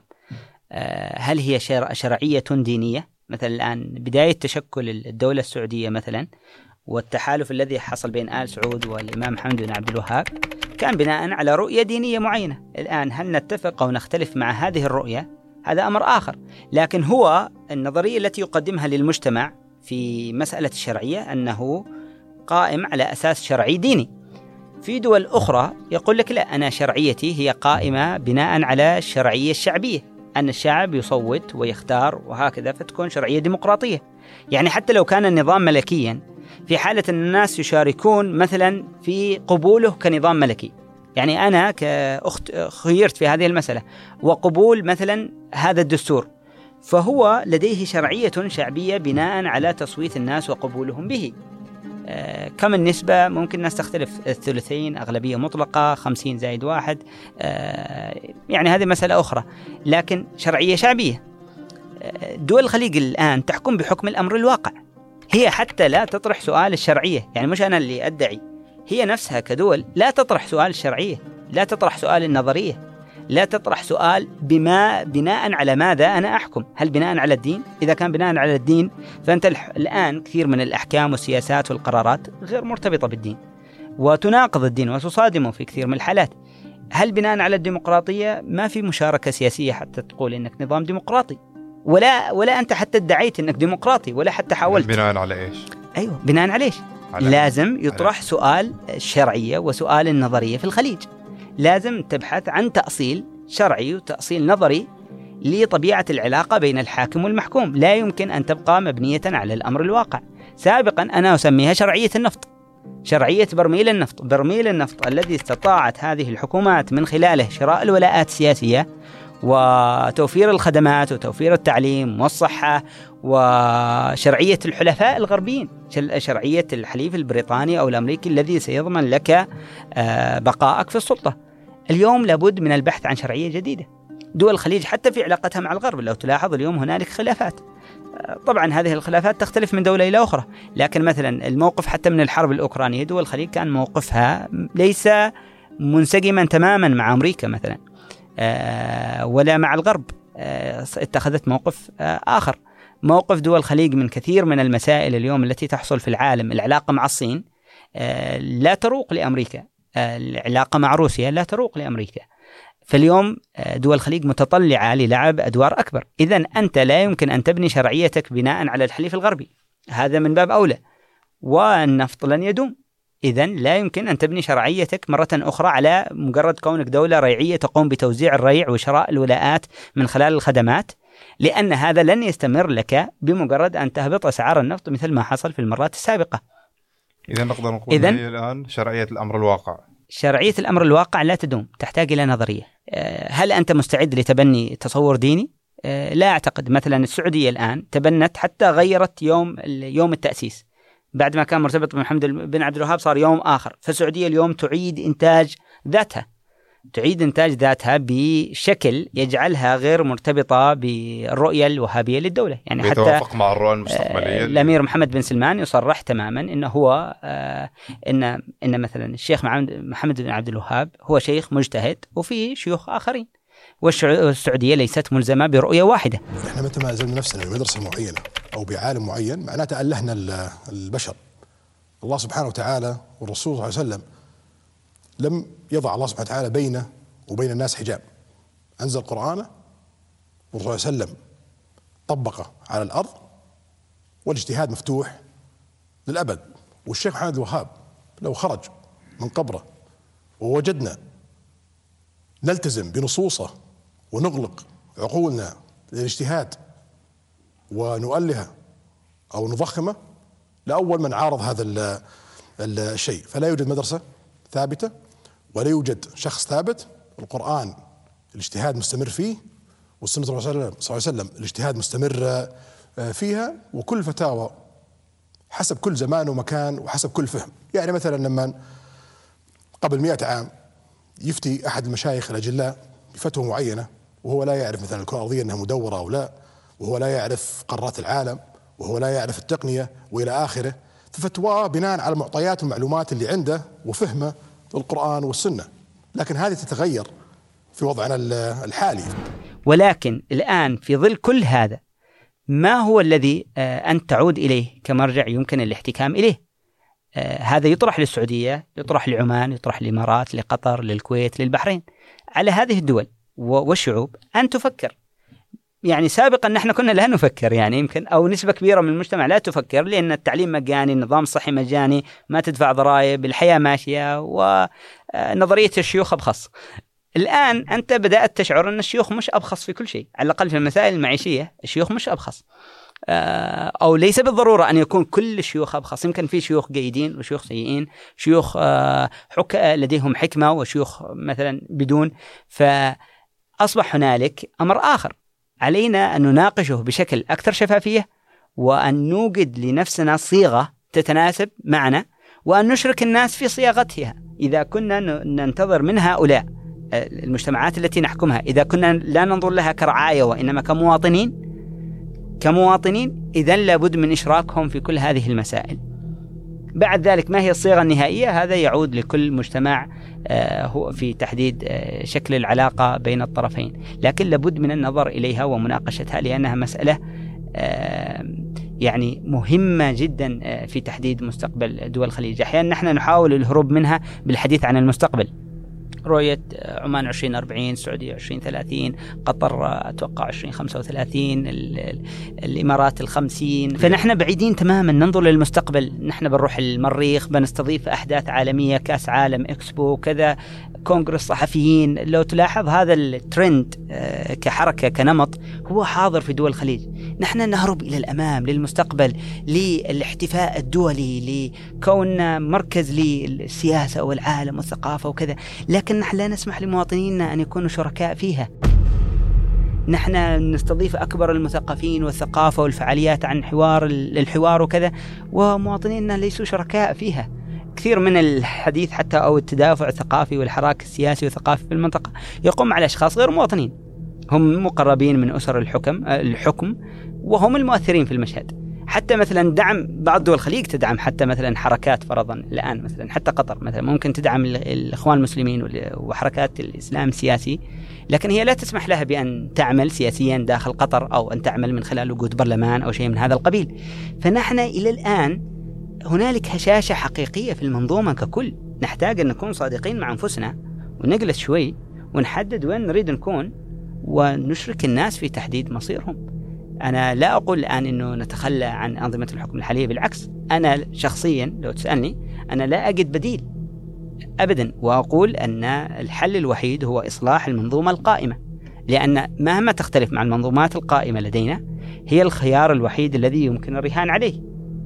هل هي شرعية دينية؟ مثلا الآن بداية تشكل الدولة السعودية مثلا والتحالف الذي حصل بين آل سعود والإمام محمد بن عبد الوهاب كان بناء على رؤية دينية معينة. الآن هل نتفق أو نختلف مع هذه الرؤية؟ هذا أمر آخر. لكن هو النظرية التي يقدمها للمجتمع في مسألة الشرعية أنه قائم على أساس شرعي ديني. في دول أخرى يقول لك لا، أنا شرعيتي هي قائمة بناء على الشرعية الشعبية، أن الشعب يصوت ويختار وهكذا، فتكون شرعية ديمقراطية. يعني حتى لو كان النظام ملكيا، في حالة أن الناس يشاركون مثلا في قبوله كنظام ملكي، يعني أنا كأخت خيرت في هذه المسألة وقبول مثلا هذا الدستور، فهو لديه شرعية شعبية بناء على تصويت الناس وقبولهم به. آه كم النسبة؟ ممكن الناس تختلف، الثلثين، أغلبية مطلقة، خمسين زائد واحد، آه يعني هذه مسألة أخرى، لكن شرعية شعبية. آه دول الخليج الآن تحكم بحكم الأمر الواقع، هي حتى لا تطرح سؤال الشرعية. يعني مش أنا اللي أدعي، هي نفسها كدول لا تطرح سؤال الشرعية، لا تطرح سؤال النظرية، لا تطرح سؤال بما بناء على ماذا أنا أحكم. هل بناء على الدين؟ إذا كان بناء على الدين فأنت الآن كثير من الأحكام والسياسات والقرارات غير مرتبطة بالدين وتناقض الدين وتصادمه في كثير من الحالات. هل بناء على الديمقراطية؟ ما في مشاركة سياسية حتى تقول إنك نظام ديمقراطي، ولا ولا أنت حتى ادعيت إنك ديمقراطي ولا حتى حاولت. بناء على إيش؟ أيوة، بناء على إيش؟ على لازم يطرح على سؤال الشرعية وسؤال النظرية في الخليج. لازم تبحث عن تأصيل شرعي وتأصيل نظري لطبيعة العلاقة بين الحاكم والمحكوم. لا يمكن أن تبقى مبنية على الأمر الواقع. سابقا أنا أسميها شرعية النفط، شرعية برميل النفط. برميل النفط الذي استطاعت هذه الحكومات من خلاله شراء الولاءات السياسية وتوفير الخدمات وتوفير التعليم والصحة، وشرعية الحلفاء الغربيين، شرعية الحليف البريطاني أو الأمريكي الذي سيضمن لك بقائك في السلطة. اليوم لابد من البحث عن شرعية جديدة. دول الخليج حتى في علاقتها مع الغرب لو تلاحظ اليوم هنالك خلافات، طبعا هذه الخلافات تختلف من دولة إلى أخرى، لكن مثلا الموقف حتى من الحرب الأوكرانية دول الخليج كان موقفها ليس منسجما تماما مع أمريكا مثلا ولا مع الغرب، اتخذت موقف آخر. موقف دول الخليج من كثير من المسائل اليوم التي تحصل في العالم، العلاقة مع الصين لا تروق لأمريكا، العلاقة مع روسيا لا تروق لأمريكا. فاليوم دول الخليج متطلعة للعب أدوار أكبر. إذن أنت لا يمكن أن تبني شرعيتك بناء على الحليف الغربي، هذا من باب أولى، والنفط لن يدوم. إذن لا يمكن أن تبني شرعيتك مرة أخرى على مجرد كونك دولة ريعية تقوم بتوزيع الريع وشراء الولاءات من خلال الخدمات، لأن هذا لن يستمر لك بمجرد أن تهبط أسعار النفط مثل ما حصل في المرات السابقة. إذن نقدر نقول إذن الآن شرعية الأمر الواقع، شرعية الأمر الواقع لا تدوم، تحتاج إلى نظرية. هل أنت مستعد لتبني تصور ديني؟ لا أعتقد. مثلا السعودية الآن تبنت حتى غيرت يوم يوم التأسيس، بعد ما كان مرتبط بمحمد بن عبد الوهاب صار يوم آخر. فالسعودية اليوم تعيد إنتاج ذاتها، تعيد إنتاج ذاتها بشكل يجعلها غير مرتبطة بالرؤية الوهابية للدولة. يعني حتى مع الرؤى المستقبلية الأمير محمد بن سلمان يصرح تماما إنه هو آه إن إن مثلا الشيخ محمد بن عبد الوهاب هو شيخ مجتهد وفي شيوخ آخرين، والسعودية ليست ملزمة برؤية واحدة. إحنا متى ما زلنا نفسنا بمدرسة معينة أو بعالم معين معناته ألهنا البشر. الله سبحانه وتعالى والرسول صلى الله عليه وسلم لم يضع الله سبحانه وتعالى بينه وبين الناس حجاب، أنزل قرآنه والرسول صلى الله عليه وسلم طبقه على الأرض، والاجتهاد مفتوح للأبد. والشيخ محمد الوهاب لو خرج من قبره ووجدنا نلتزم بنصوصه ونغلق عقولنا للاجتهاد ونؤلهه أو نضخمه لأول من عارض هذا الشيء. فلا يوجد مدرسة ثابتة ولا يوجد شخص ثابت. القرآن الاجتهاد مستمر فيه، والسنة صلى الله عليه وسلم الاجتهاد مستمر فيها، وكل فتاوى حسب كل زمان ومكان وحسب كل فهم. يعني مثلا لما قبل مئة عام يفتي أحد المشايخ الأجلاء بفتوى معينة وهو لا يعرف مثلا الكرة الأرضية أنها مدورة أو لا، وهو لا يعرف قارات العالم، وهو لا يعرف التقنية وإلى آخره، ففتواه بناء على المعطيات والمعلومات اللي عنده وفهمه القرآن والسنة. لكن هذه تتغير في وضعنا الحالي. ولكن الآن في ظل كل هذا، ما هو الذي أنت تعود إليه كمرجع يمكن الاحتكام إليه؟ هذا يطرح للسعودية، يطرح لعمان، يطرح للإمارات، لقطر، للكويت، للبحرين، على هذه الدول والشعوب أن تفكر. يعني سابقا نحن كنا لا نفكر، يعني يمكن أو نسبة كبيرة من المجتمع لا تفكر، لأن التعليم مجاني، النظام الصحي مجاني، ما تدفع ضرائب، الحياة ماشية، ونظرية الشيوخ أبخص. الآن أنت بدأت تشعر أن الشيوخ مش أبخص في كل شيء، على الأقل في المسائل المعيشية الشيوخ مش أبخص، أو ليس بالضرورة أن يكون كل الشيوخ أبخص. يمكن في شيوخ جيدين وشيوخ سيئين، شيوخ حك لديهم حكمة وشيوخ مثلا بدون. فأصبح هنالك أمر آخر علينا أن نناقشه بشكل أكثر شفافية، وأن نوجد لنفسنا صيغة تتناسب معنا، وأن نشرك الناس في صياغتها. إذا كنا ننتظر من هؤلاء المجتمعات التي نحكمها، إذا كنا لا ننظر لها كرعاية وإنما كمواطنين كمواطنين إذن لابد من إشراكهم في كل هذه المسائل. بعد ذلك ما هي الصيغة النهائية؟ هذا يعود لكل مجتمع هو في تحديد شكل العلاقة بين الطرفين، لكن لابد من النظر إليها ومناقشتها، لأنها مسألة يعني مهمة جدا في تحديد مستقبل دول الخليج. أحيانا نحن نحاول الهروب منها بالحديث عن المستقبل، رؤية عمان عشرين أربعين، السعودية عشرين ثلاثين، قطر أتوقع عشرين خمسة وثلاثين، الإمارات الخمسين. فنحن بعيدين تماما، ننظر للمستقبل. نحن بنروح المريخ، بنستضيف أحداث عالمية، كاس عالم، إكسبو، كذا، كونغرس صحفيين. لو تلاحظ هذا الترند كحركة كنمط هو حاضر في دول الخليج. نحن نهرب إلى الأمام للمستقبل، للاحتفاء الدولي، لكون مركز للسياسة والعالم والثقافة وكذا، لكن نحن لا نسمح لمواطنينا أن يكونوا شركاء فيها. نحن نستضيف أكبر المثقفين والثقافة والفعاليات عن حوار الحوار وكذا، ومواطنينا ليسوا شركاء فيها. كثير من الحديث حتى أو التدافع الثقافي والحراك السياسي والثقافي في المنطقة يقوم على أشخاص غير مواطنين، هم مقربين من أسر الحكم الحكم وهم المؤثرين في المشهد. حتى مثلا دعم بعض دول الخليج تدعم حتى مثلا حركات، فرضا الآن مثلا حتى قطر مثلا ممكن تدعم الإخوان المسلمين وحركات الإسلام السياسي، لكن هي لا تسمح لها بأن تعمل سياسيا داخل قطر أو أن تعمل من خلال وجود برلمان أو شيء من هذا القبيل. فنحن إلى الآن هنالك هشاشة حقيقية في المنظومة ككل. نحتاج أن نكون صادقين مع أنفسنا ونجلس شوي ونحدد وين نريد نكون، ونشرك الناس في تحديد مصيرهم. أنا لا أقول الآن أنه نتخلى عن أنظمة الحكم الحالية، بالعكس أنا شخصيا لو تسألني أنا لا أجد بديل أبدا، وأقول أن الحل الوحيد هو إصلاح المنظومة القائمة، لأن مهما تختلف مع المنظومات القائمة لدينا هي الخيار الوحيد الذي يمكن الرهان عليه،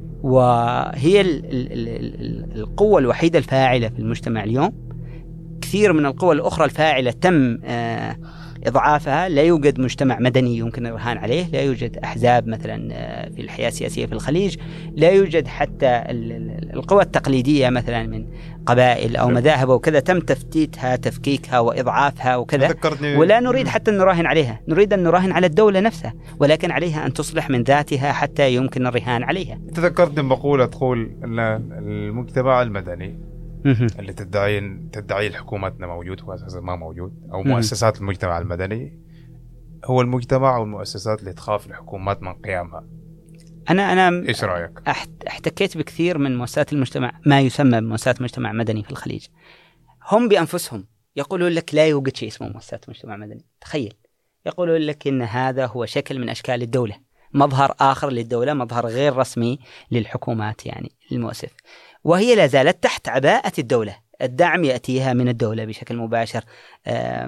وهي ال ال ال القوة الوحيدة الفاعلة في المجتمع اليوم. كثير من القوى الأخرى الفاعلة تم آه إضعافها. لا يوجد مجتمع مدني يمكن الرهان عليه، لا يوجد أحزاب مثلا في الحياة السياسية في الخليج، لا يوجد حتى القوى التقليدية مثلا من قبائل أو مذاهب وكذا تم تفتيتها تفكيكها وإضعافها وكذا، ولا نريد حتى أن نراهن عليها، نريد أن نراهن على الدولة نفسها، ولكن عليها أن تصلح من ذاتها حتى يمكن الرهان عليها. تذكرتني مقولة تقول أن المجتمع المدني اللي تدعين تدعي حكومتنا موجود هو أساسا ما موجود، أو مؤسسات المجتمع المدني هو المجتمع والمؤسسات اللي تخاف الحكومات من قيامها. أنا أنا إيش رأيك؟ احتكيت بكثير من مؤسسات المجتمع، ما يسمى بمؤسسات مجتمع مدني في الخليج، هم بأنفسهم يقولون لك لا يوجد شيء اسمه مؤسسات مجتمع مدني. تخيل، يقولون لك إن هذا هو شكل من أشكال الدولة، مظهر آخر للدولة، مظهر غير رسمي للحكومات، يعني المؤسف، وهي لا زالت تحت عباءة الدولة. الدعم يأتيها من الدولة بشكل مباشر،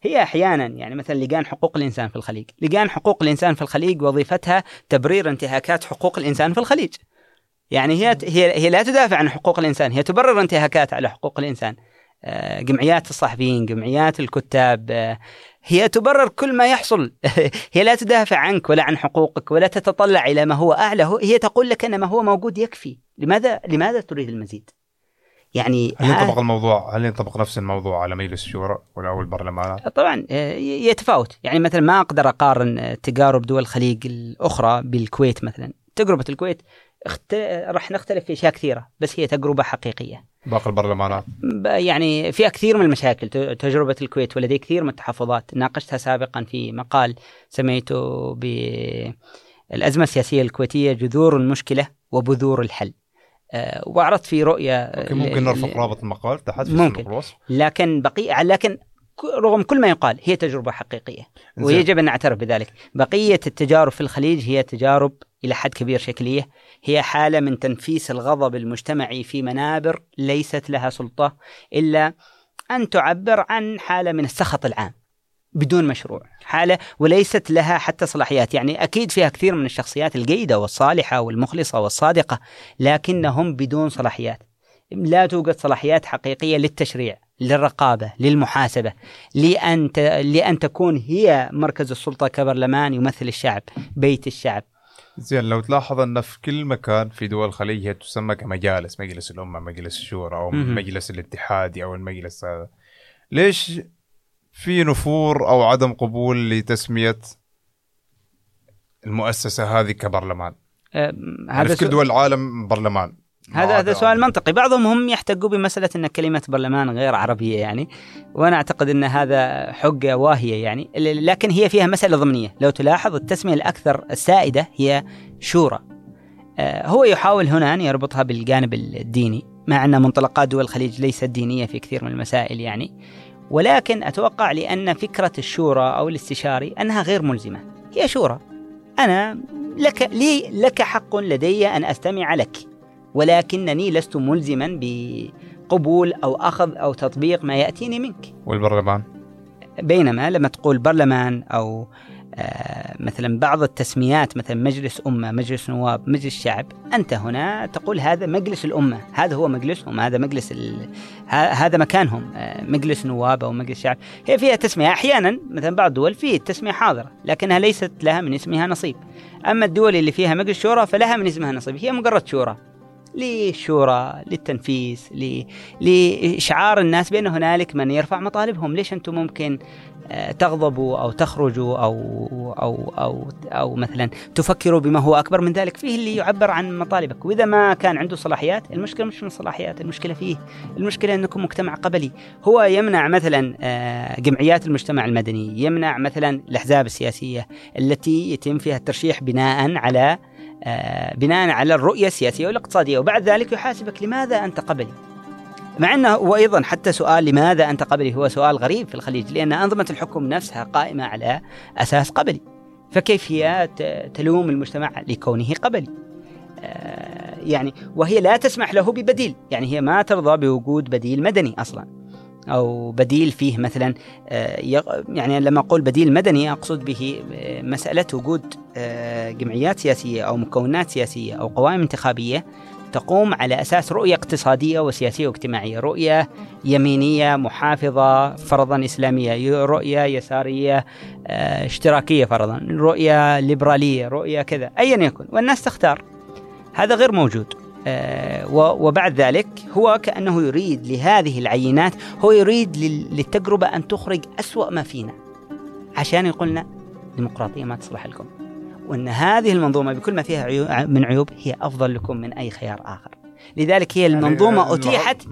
هي أحيانا يعني مثلا لجان حقوق الإنسان في الخليج، لجان حقوق الإنسان في الخليج وظيفتها تبرير انتهاكات حقوق الإنسان في الخليج. يعني هي هي هي لا تدافع عن حقوق الإنسان، هي تبرر انتهاكات على حقوق الإنسان. جمعيات الصحفيين، جمعيات الكتاب، هي تبرر كل ما يحصل. هي لا تدافع عنك ولا عن حقوقك ولا تتطلع إلى ما هو أعلى، هي تقول لك أن ما هو موجود يكفي. لماذا لماذا تريد المزيد؟ يعني هل ينطبق الموضوع هل ينطبق نفس الموضوع على مجلس الشورى ولا البرلمانات؟ طبعا يتفاوت. يعني مثلا ما أقدر أقارن تجارب دول الخليج الأخرى بالكويت مثلا. تجربة الكويت اخت... راح نختلف في أشياء كثيرة، بس هي تجربة حقيقية. باقي البرلمانات يعني فيها كثير من المشاكل. تجربة الكويت ولدي كثير من التحفظات، ناقشتها سابقا في مقال سميته بالأزمة السياسية الكويتية جذور المشكلة وبذور الحل. أه وعرضت في رؤية ممكن نرفق رابط المقال تحت في ممكن، لكن بقي لكن رغم كل ما يقال هي تجربة حقيقية ويجب أن نعترف بذلك. بقية التجارب في الخليج هي تجارب إلى حد كبير شكلية، هي حالة من تنفيس الغضب المجتمعي في منابر ليست لها سلطة إلا أن تعبر عن حالة من السخط العام بدون مشروع، حالة وليست لها حتى صلاحيات. يعني أكيد فيها كثير من الشخصيات الجيدة والصالحة والمخلصة والصادقة، لكنهم بدون صلاحيات. لا توجد صلاحيات حقيقية للتشريع، للرقابة، للمحاسبة، لأن لأن تكون هي مركز السلطة كبرلمان يمثل الشعب، بيت الشعب. زين، لو تلاحظ أن في كل مكان في دول الخليج هي تسمى كمجالس، مجلس الأمة، مجلس الشورى، أو م- مجلس الاتحادي أو المجلس هذا، ليش في نفور أو عدم قبول لتسمية المؤسسة هذه كبرلمان؟ أه يعني في كل دول العالم برلمان. هذا هذا سؤال منطقي. بعضهم هم يحتجوا بمسألة أن كلمة برلمان غير عربية يعني، وأنا أعتقد أن هذا حجة واهية يعني، لكن هي فيها مسألة ضمنية. لو تلاحظ التسمية الأكثر السائدة هي شورى. آه هو يحاول هنا أن يربطها بالجانب الديني، مع أن منطلقات دول الخليج ليست دينية في كثير من المسائل يعني، ولكن أتوقع لأن فكرة الشورى أو الاستشاري أنها غير ملزمة. هي شورى، أنا لك لي لك حق لدي أن أستمع لك، ولكنني لست ملزما بقبول أو أخذ أو تطبيق ما يأتيني منك. والبرلمان بينما لما تقول برلمان أو آه مثلا بعض التسميات مثلا مجلس أمة، مجلس نواب، مجلس شعب، أنت هنا تقول هذا مجلس الأمة، هذا هو مجلسهم، هذا مجلس ال... هذا مكانهم، آه مجلس نواب أو مجلس شعب. هي فيها تسمية أحيانا مثلا بعض الدول فيه التسمية حاضرة، لكنها ليست لها من اسمها نصيب. أما الدول اللي فيها مجلس شورى فلها من اسمها نصيب، هي مجرد شورى للشورى، للتنفيذ، لإشعار الناس بأن هنالك من يرفع مطالبهم. ليش أنتم ممكن تغضبوا أو تخرجوا أو أو أو أو مثلا تفكروا بما هو أكبر من ذلك؟ فيه اللي يعبر عن مطالبك، وإذا ما كان عنده صلاحيات، المشكلة مش من الصلاحيات، المشكلة فيه، المشكلة أنكم مجتمع قبلي. هو يمنع مثلا جمعيات المجتمع المدني، يمنع مثلا الأحزاب السياسية التي يتم فيها الترشيح بناء على آه بناء على الرؤية السياسية والاقتصادية، وبعد ذلك يحاسبك لماذا أنت قبلي. مع أنه وأيضا حتى سؤال لماذا أنت قبلي هو سؤال غريب في الخليج، لأن أنظمة الحكم نفسها قائمة على أساس قبلي، فكيف هي تلوم المجتمع لكونه قبلي؟ آه يعني وهي لا تسمح له ببديل، يعني هي ما ترضى بوجود بديل مدني أصلا، أو بديل فيه مثلا يعني لما أقول بديل مدني أقصد به مسألة وجود جمعيات سياسية أو مكونات سياسية أو قوائم انتخابية تقوم على أساس رؤية اقتصادية وسياسية واجتماعية، رؤية يمينية محافظة فرضا إسلامية، رؤية يسارية اشتراكية فرضا، رؤية ليبرالية، رؤية كذا أيا يكن، والناس تختار. هذا غير موجود. آه وبعد ذلك هو كأنه يريد لهذه العينات، هو يريد للتجربة أن تخرج أسوأ ما فينا عشان يقولنا ديمقراطية ما تصلح لكم، وأن هذه المنظومة بكل ما فيها عيوب من عيوب هي أفضل لكم من أي خيار آخر. لذلك هي المنظومة أتيحت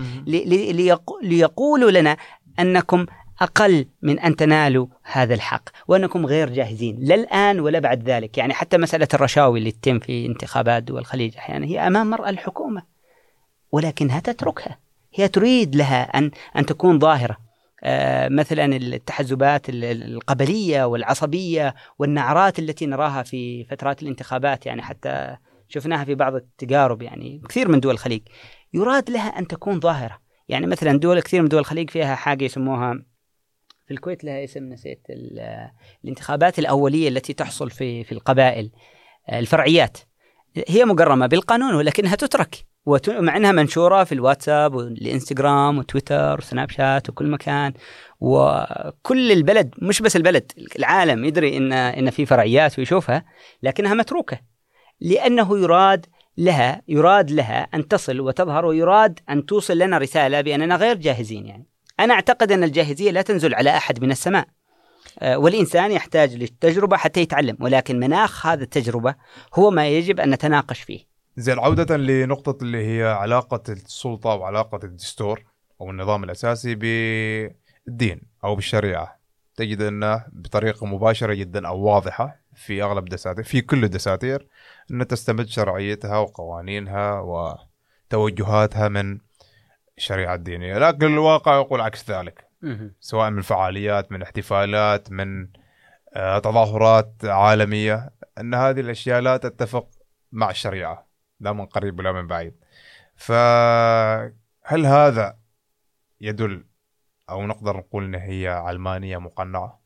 ليقولوا لنا أنكم أقل من أن تنالوا هذا الحق، وأنكم غير جاهزين لا الآن ولا بعد ذلك. يعني حتى مسألة الرشاوي اللي تتم في انتخابات دول الخليج أحيانا هي أمام مرأى الحكومة، ولكنها تتركها، هي تريد لها أن أن تكون ظاهرة. آه مثلا التحزبات القبلية والعصبية والنعرات التي نراها في فترات الانتخابات، يعني حتى شفناها في بعض التجارب يعني كثير من دول الخليج، يراد لها أن تكون ظاهرة. يعني مثلا دول كثير من دول الخليج فيها حاجة يسموها في الكويت لها اسم نسيت، الانتخابات الأولية التي تحصل في في القبائل، الفرعيات، هي مجرمة بالقانون ولكنها تترك، ومع أنها منشورة في الواتساب والإنستغرام وتويتر وسناب شات وكل مكان، وكل البلد مش بس البلد العالم يدري إن إن في فرعيات ويشوفها، لكنها متروكة لأنه يراد لها يراد لها أن تصل وتظهر، ويراد أن توصل لنا رسالة بأننا غير جاهزين. يعني أنا أعتقد أن الجاهزية لا تنزل على أحد من السماء، والإنسان يحتاج للتجربة حتى يتعلم، ولكن مناخ هذا التجربة هو ما يجب أن نتناقش فيه. زين، عودة لنقطة اللي هي علاقة السلطة وعلاقة الدستور أو النظام الأساسي بالدين أو بالشريعة، تجد أنه بطريقة مباشرة جدا أو واضحة في أغلب الدساتير، في كل الدساتير، أن تستمد شرعيتها وقوانينها وتوجهاتها من الشريعة الدينية، لكن الواقع يقول عكس ذلك، سواء من فعاليات، من احتفالات، من تظاهرات عالمية، أن هذه الأشياء لا تتفق مع الشريعة، لا من قريب ولا من بعيد. فهل هذا يدل أو نقدر نقول أن هي علمانية مقنعة؟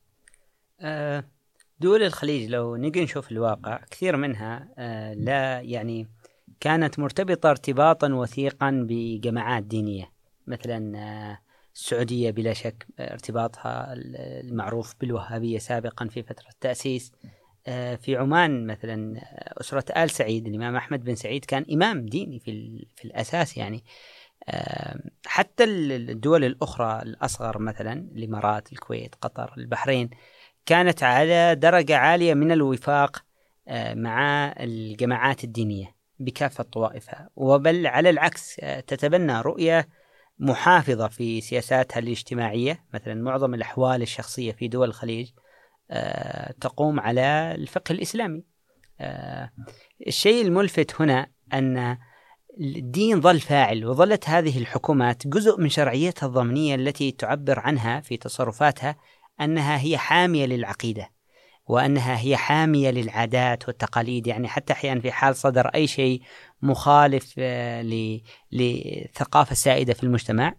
دول الخليج لو نيجي نشوف الواقع كثير منها لا يعني كانت مرتبطة ارتباطا وثيقا بجماعات دينية، مثلا السعودية بلا شك ارتباطها المعروف بالوهابية سابقا في فترة التأسيس. في عمان مثلا أسرة آل سعيد، الإمام أحمد بن سعيد كان إمام ديني في في الأساس. يعني حتى الدول الأخرى الأصغر مثلا الإمارات، الكويت، قطر، البحرين، كانت على درجة عالية من الوفاق مع الجماعات الدينية بكافة طوائفها، وبل على العكس تتبنى رؤية محافظة في سياساتها الاجتماعية. مثلا معظم الأحوال الشخصية في دول الخليج تقوم على الفقه الإسلامي. الشيء الملفت هنا أن الدين ظل فاعل، وظلت هذه الحكومات جزء من شرعيتها الضمنية التي تعبر عنها في تصرفاتها أنها هي حامية للعقيدة، وأنها هي حامية للعادات والتقاليد. يعني حتى أحيانا في حال صدر أي شيء مخالف للثقافة السائدة في المجتمع،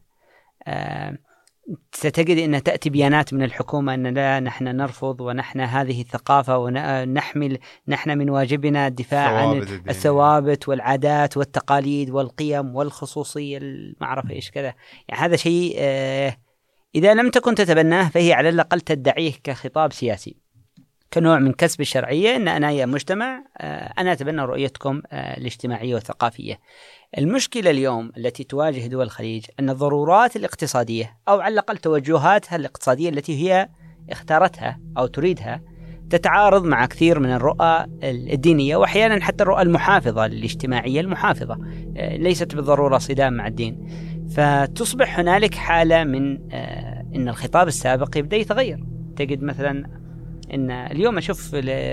ستجد أن تأتي بيانات من الحكومة أن لا، نحن نرفض، ونحن هذه الثقافة، ونحمل نحن من واجبنا الدفاع عن الثوابت والعادات والتقاليد والقيم والخصوصية المعرفة إيش كذا. يعني هذا شيء إذا لم تكن تتبناه فهي على الأقل تدعيه كخطاب سياسي، كنوع من كسب الشرعية، أن أنا يا مجتمع أنا أتبنى رؤيتكم الاجتماعية والثقافية. المشكلة اليوم التي تواجه دول الخليج أن الضرورات الاقتصادية، أو على الأقل توجهاتها الاقتصادية التي هي اختارتها أو تريدها، تتعارض مع كثير من الرؤى الدينية، وأحيانا حتى الرؤى المحافظة الاجتماعية المحافظة، ليست بالضرورة صدام مع الدين. فتصبح هنالك حالة من أن الخطاب السابق يبدأ يتغير. تجد مثلا إن اليوم أشوف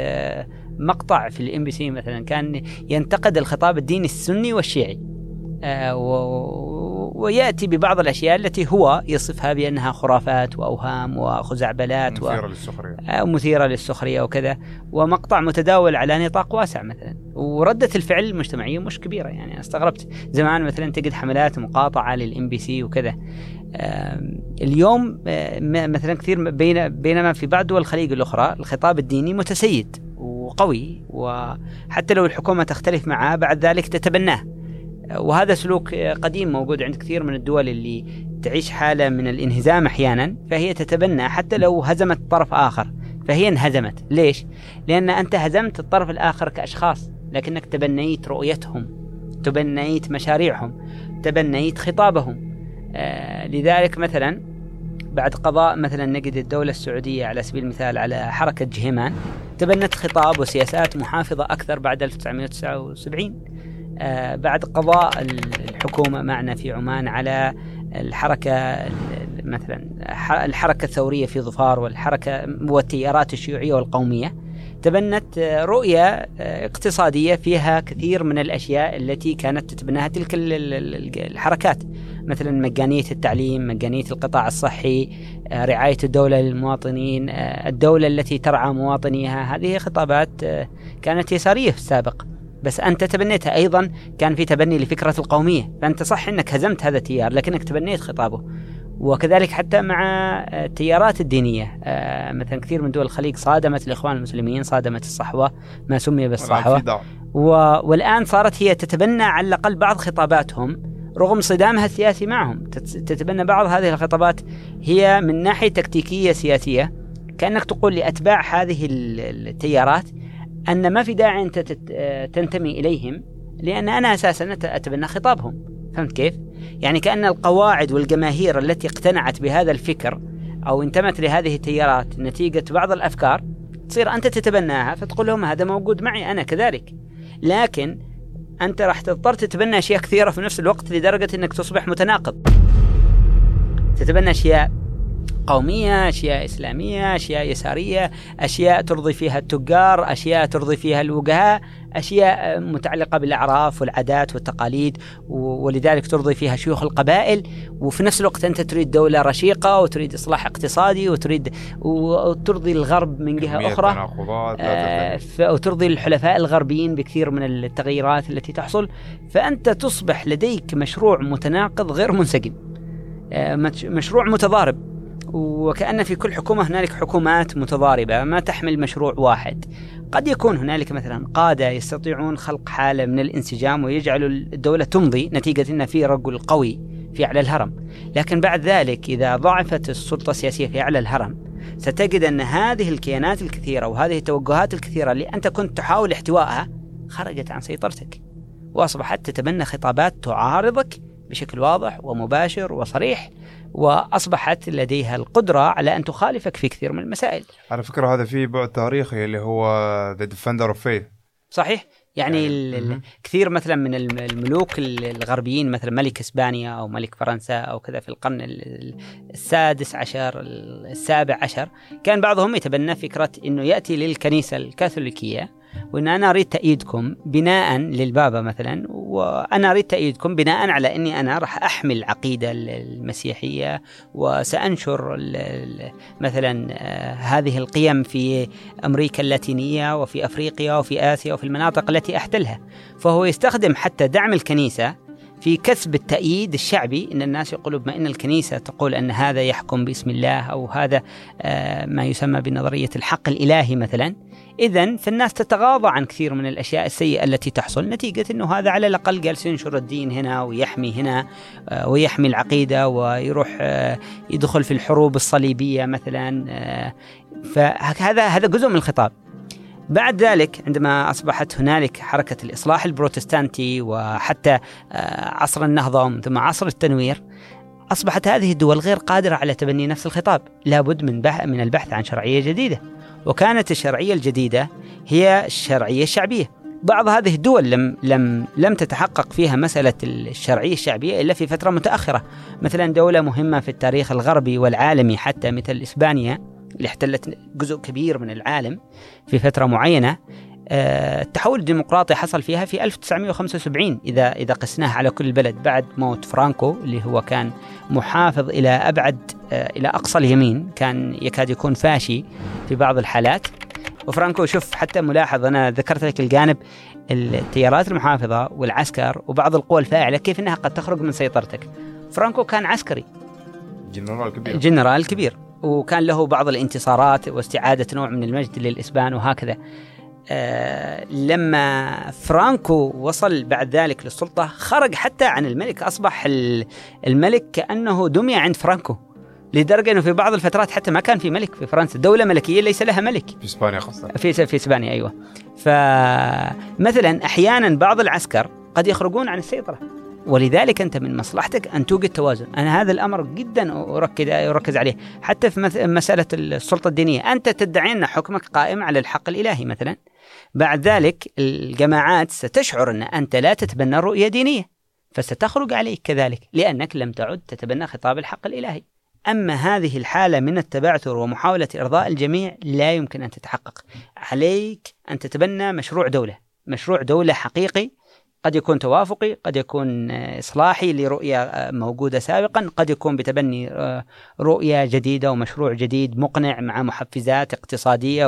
مقطع في الام بي سي مثلا كان ينتقد الخطاب الديني السني والشيعي، آه ويأتي ببعض الأشياء التي هو يصفها بأنها خرافات وأوهام وخزعبلات مثيرة للسخرية آه مثيرة للسخرية وكذا، ومقطع متداول على نطاق واسع مثلا، وردة الفعل المجتمعية مش كبيرة. يعني استغربت زمان مثلا تجد حملات مقاطعة للام بي سي وكذا. اليوم مثلا كثير بين بينما في بعض دول الخليج الأخرى الخطاب الديني متسيد وقوي، وحتى لو الحكومة تختلف معه بعد ذلك تتبناه. وهذا سلوك قديم موجود عند كثير من الدول اللي تعيش حالة من الانهزام أحيانا، فهي تتبنى حتى لو هزمت طرف آخر، فهي انهزمت. ليش؟ لأن أنت هزمت الطرف الآخر كأشخاص، لكنك تبنيت رؤيتهم، تبنيت مشاريعهم، تبنيت خطابهم. آه لذلك مثلا بعد قضاء مثلا نجد الدولة السعودية على سبيل المثال على حركة جهيمان، تبنت خطاب وسياسات محافظة أكثر بعد ألف وتسعمائة وتسعة وسبعين. آه بعد قضاء الحكومة معنا في عمان على الحركة مثلا الحركة الثورية في ظفار والحركة والتيارات الشيوعية والقومية، تبنت رؤية اقتصادية فيها كثير من الأشياء التي كانت تتبناها تلك الحركات، مثلا مجانية التعليم، مجانية القطاع الصحي، رعاية الدولة للمواطنين، الدولة التي ترعى مواطنيها. هذه خطابات كانت يسارية في السابق، بس أنت تبنيتها. أيضا كان في تبني لفكرة القومية، فأنت صح أنك هزمت هذا التيار لكنك تبنيت خطابه. وكذلك حتى مع التيارات الدينية. مثلا كثير من دول الخليج صادمت الإخوان المسلمين، صادمت الصحوة، ما سمي بالصحوة، والآن صارت هي تتبنى على الأقل بعض خطاباتهم رغم صدامها السياسي معهم، تتبنى بعض هذه الخطابات هي من ناحية تكتيكية سياسية، كأنك تقول لأتباع هذه التيارات أن ما في داعي أنت تنتمي إليهم لأن أنا أساسا أتبنى خطابهم. فهمت كيف؟ يعني كأن القواعد والجماهير التي اقتنعت بهذا الفكر أو انتمت لهذه التيارات نتيجة بعض الأفكار تصير أنت تتبناها، فتقول لهم هذا موجود معي أنا كذلك، لكن أنت راح تضطر تتبنى أشياء كثيرة في نفس الوقت لدرجة أنك تصبح متناقض. تتبنى أشياء قومية، أشياء إسلامية، أشياء يسارية، أشياء ترضي فيها التجار، أشياء ترضي فيها الوجهاء، أشياء متعلقة بالأعراف والعادات والتقاليد، ولذلك ترضي فيها شيوخ القبائل. وفي نفس الوقت أنت تريد دولة رشيقة وتريد إصلاح اقتصادي وتريد وترضي الغرب من جهة أخرى، آه وترضي الحلفاء الغربيين بكثير من التغييرات التي تحصل. فأنت تصبح لديك مشروع متناقض غير منسجم، آه مشروع متضارب، وكأن في كل حكومة هنالك حكومات متضاربة ما تحمل مشروع واحد. قد يكون هنالك مثلا قادة يستطيعون خلق حالة من الانسجام ويجعلوا الدولة تمضي نتيجة أن في رجل قوي في أعلى الهرم، لكن بعد ذلك إذا ضعفت السلطة السياسية في أعلى الهرم ستجد أن هذه الكيانات الكثيرة وهذه التوجهات الكثيرة اللي أنت كنت تحاول احتوائها خرجت عن سيطرتك، وأصبحت تتبنى خطابات تعارضك بشكل واضح ومباشر وصريح، وأصبحت لديها القدرة على أن تخالفك في كثير من المسائل. على فكرة هذا فيه بعد تاريخي اللي هو The Defender of Faith. صحيح، يعني, يعني كثير مثلا من الملوك الغربيين مثلا ملك إسبانيا أو ملك فرنسا أو كذا في القرن السادس عشر السابع عشر كان بعضهم يتبنى فكرة أنه يأتي للكنيسة الكاثوليكية وأن أنا أريد تأييدكم بناء للبابا مثلا، وأنا أريد تأييدكم بناء على أني أنا راح أحمل العقيدة المسيحية وسأنشر مثلا هذه القيم في أمريكا اللاتينية وفي أفريقيا وفي آسيا وفي المناطق التي أحتلها. فهو يستخدم حتى دعم الكنيسة في كسب التأييد الشعبي، إن الناس يقولوا بما إن الكنيسة تقول أن هذا يحكم باسم الله أو هذا ما يسمى بنظرية الحق الإلهي مثلا، إذن فالناس تتغاضى عن كثير من الأشياء السيئة التي تحصل نتيجة أنه هذا على الأقل جالس ينشر الدين هنا ويحمي هنا ويحمي العقيدة ويروح يدخل في الحروب الصليبية مثلا. فهذا هذا جزء من الخطاب. بعد ذلك عندما أصبحت هنالك حركة الإصلاح البروتستانتي وحتى عصر النهضة ثم عصر التنوير، أصبحت هذه الدول غير قادرة على تبني نفس الخطاب، لابد من بحث من البحث عن شرعية جديدة، وكانت الشرعية الجديدة هي الشرعية الشعبية. بعض هذه الدول لم لم لم تتحقق فيها مسألة الشرعية الشعبية إلا في فترة متأخرة. مثلا دولة مهمة في التاريخ الغربي والعالمي حتى مثل إسبانيا اللي احتلت جزء كبير من العالم في فترة معينة، التحول الديمقراطي حصل فيها في ألف وتسعمائة وخمسة وسبعين إذا إذا قسناه على كل البلد بعد موت فرانكو اللي هو كان محافظ إلى أبعد إلى أقصى اليمين، كان يكاد يكون فاشي في بعض الحالات. وفرانكو شوف حتى ملاحظ، أنا ذكرت لك الجانب التيارات المحافظة والعسكر وبعض القوى الفاعلة كيف أنها قد تخرج من سيطرتك. فرانكو كان عسكري جنرال كبير جنرال كبير وكان له بعض الانتصارات واستعادة نوع من المجد للإسبان وهكذا. آه لما فرانكو وصل بعد ذلك للسلطة خرج حتى عن الملك، أصبح الملك كأنه دمي عند فرانكو، لدرجة أنه في بعض الفترات حتى ما كان في ملك في فرنسا، دولة ملكية ليس لها ملك في إسبانيا خاصة في في إسبانيا أيوة. فمثلا أحيانا بعض العسكر قد يخرجون عن السيطرة، ولذلك أنت من مصلحتك أن توجد توازن. أنا هذا الأمر جدا أركز أركز عليه حتى في مسألة السلطة الدينية. أنت تدعي أن حكمك قائم على الحق الإلهي مثلا، بعد ذلك الجماعات ستشعر أن أنت لا تتبنى رؤية دينية فستخرج عليك كذلك لأنك لم تعد تتبنى خطاب الحق الإلهي. أما هذه الحالة من التبعثر ومحاولة إرضاء الجميع لا يمكن أن تتحقق. عليك أن تتبنى مشروع دولة، مشروع دولة حقيقي، قد يكون توافقي، قد يكون إصلاحي لرؤية موجودة سابقا، قد يكون بتبني رؤية جديدة ومشروع جديد مقنع مع محفزات اقتصادية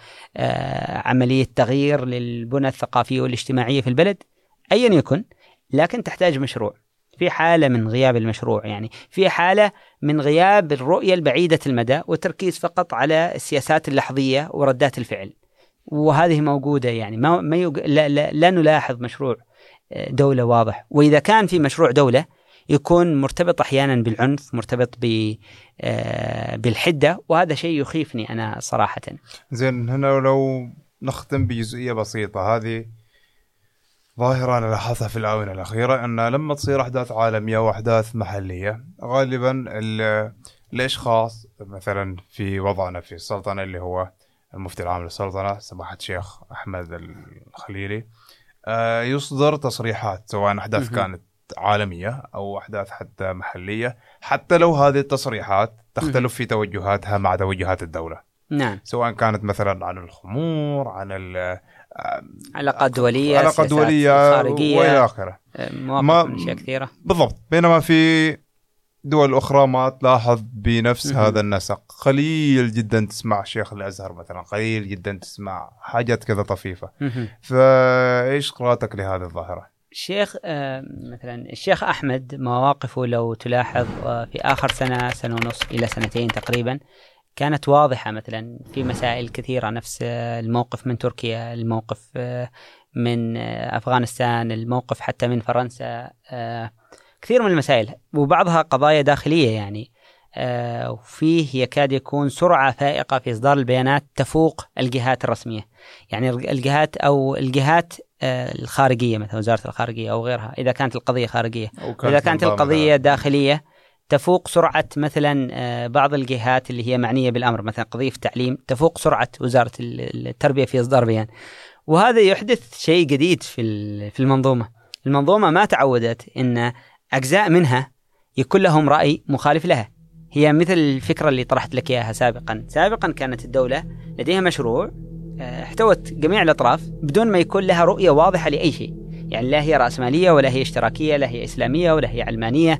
وعملية تغيير للبنى الثقافية والاجتماعية في البلد، أيا يكن، لكن تحتاج مشروع. في حالة من غياب المشروع، يعني في حالة من غياب الرؤية البعيدة المدى والتركيز فقط على السياسات اللحظية وردات الفعل، وهذه موجودة. يعني ما ما يج... لا, لا, لا نلاحظ مشروع دولة واضح. وإذا كان في مشروع دولة يكون مرتبط أحيانا بالعنف، مرتبط ب بالحدة، وهذا شيء يخيفني أنا صراحة. زين، هنا لو نختم بجزئية بسيطة، هذه ظاهرة أنا لاحظتها في الآونة الأخيرة، أن لما تصير أحداث عالمية وأحداث محلية غالبا الأشخاص مثلا في وضعنا في السلطنة اللي هو المفتي العام للسلطنة سماحة الشيخ أحمد الخليلي يصدر تصريحات، سواء أحداث كانت عالمية أو أحداث حتى محلية، حتى لو هذه التصريحات تختلف في توجهاتها مع توجهات الدولة. نعم. سواء كانت مثلا عن الخمور، عن علاقات دولية، علاقات دولية خارجية وإلى آخره، مواقف من أشياء كثيرة. بالضبط. بينما في دول أخرى ما تلاحظ بنفس هذا النسق، قليل جدا تسمع شيخ الأزهر مثلا، قليل جدا تسمع حاجات كذا طفيفة. فإيش قراءتك لهذه الظاهرة؟ الشيخ مثلا الشيخ أحمد مواقفه لو تلاحظ في آخر سنة سنة ونصف إلى سنتين تقريبا كانت واضحة، مثلا في مسائل كثيرة، نفس الموقف من تركيا، الموقف من أفغانستان، الموقف حتى من فرنسا، كثير من المسائل، وبعضها قضايا داخلية يعني. وفيه يكاد يكون سرعة فائقة في إصدار البيانات تفوق الجهات الرسمية، يعني الجهات أو الجهات الخارجية مثل وزارة الخارجية أو غيرها، إذا كانت القضية خارجية. إذا كانت القضية داخلية تفوق سرعة مثلا بعض الجهات اللي هي معنية بالأمر، مثلا قضية في التعليم تفوق سرعة وزارة التربية في إصدار بيان. وهذا يحدث شيء جديد في في المنظومة. المنظومة ما تعودت إن أجزاء منها يكون لهم رأي مخالف لها. هي مثل الفكرة اللي طرحت لك إياها سابقا. سابقا كانت الدولة لديها مشروع احتوت جميع الأطراف بدون ما يكون لها رؤية واضحة لأي شيء، يعني لا هي رأسمالية ولا هي اشتراكية، لا هي إسلامية ولا هي علمانية،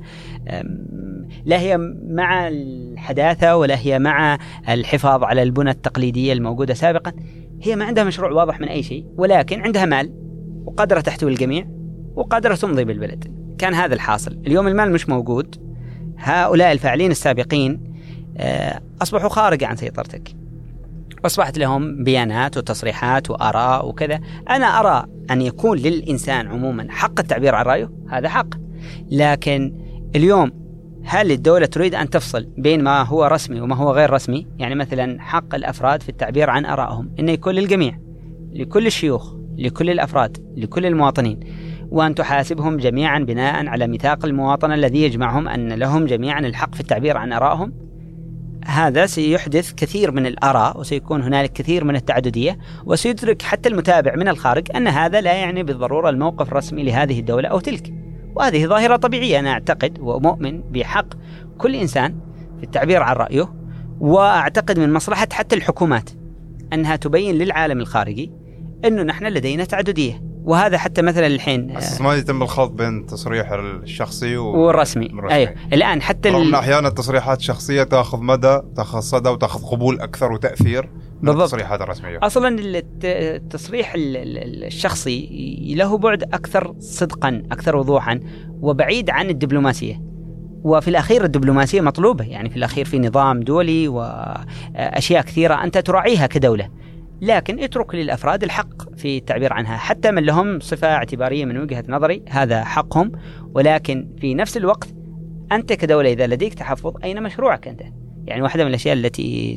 لا هي مع الحداثة ولا هي مع الحفاظ على البنى التقليدية الموجودة سابقا. هي ما عندها مشروع واضح من أي شيء، ولكن عندها مال وقادرة تحتوي الجميع وقادرة تمضي بالبلد. كان هذا الحاصل. اليوم المال مش موجود، هؤلاء الفاعلين السابقين أصبحوا خارج عن سيطرتك، أصبحت لهم بيانات وتصريحات وآراء وكذا. أنا أرى أن يكون للإنسان عموما حق التعبير عن رأيه، هذا حق، لكن اليوم هل الدولة تريد أن تفصل بين ما هو رسمي وما هو غير رسمي؟ يعني مثلا حق الأفراد في التعبير عن آرائهم إنه يكون للجميع، لكل الشيوخ، لكل الأفراد، لكل المواطنين، وأن تحاسبهم جميعا بناء على ميثاق المواطنة الذي يجمعهم أن لهم جميعا الحق في التعبير عن آرائهم. هذا سيحدث كثير من الآراء، وسيكون هنالك كثير من التعددية، وسيدرك حتى المتابع من الخارج أن هذا لا يعني بالضرورة الموقف الرسمي لهذه الدولة أو تلك. وهذه ظاهرة طبيعية. أنا أعتقد ومؤمن بحق كل إنسان في التعبير عن رأيه، وأعتقد من مصلحة حتى الحكومات أنها تبين للعالم الخارجي أنه نحن لدينا تعددية. وهذا حتى مثلا الحين بس ما يتم الخلط بين التصريح الشخصي والرسمي. أيوة. الآن حتى ال... أحيانا التصريحات الشخصية تأخذ مدى، تأخذ صدى، وتأخذ قبول أكثر وتأثير من التصريحات الرسمية. أصلا التصريح الشخصي له بعد أكثر صدقا، أكثر وضوحا، وبعيد عن الدبلوماسية. وفي الأخير الدبلوماسية مطلوبة، يعني في الأخير في نظام دولي وأشياء كثيرة أنت تراعيها كدولة، لكن اترك للأفراد الحق في التعبير عنها، حتى من لهم صفة اعتبارية من وجهة نظري، هذا حقهم. ولكن في نفس الوقت أنت كدولة إذا لديك تحفظ، أين مشروعك أنت؟ يعني واحدة من الأشياء التي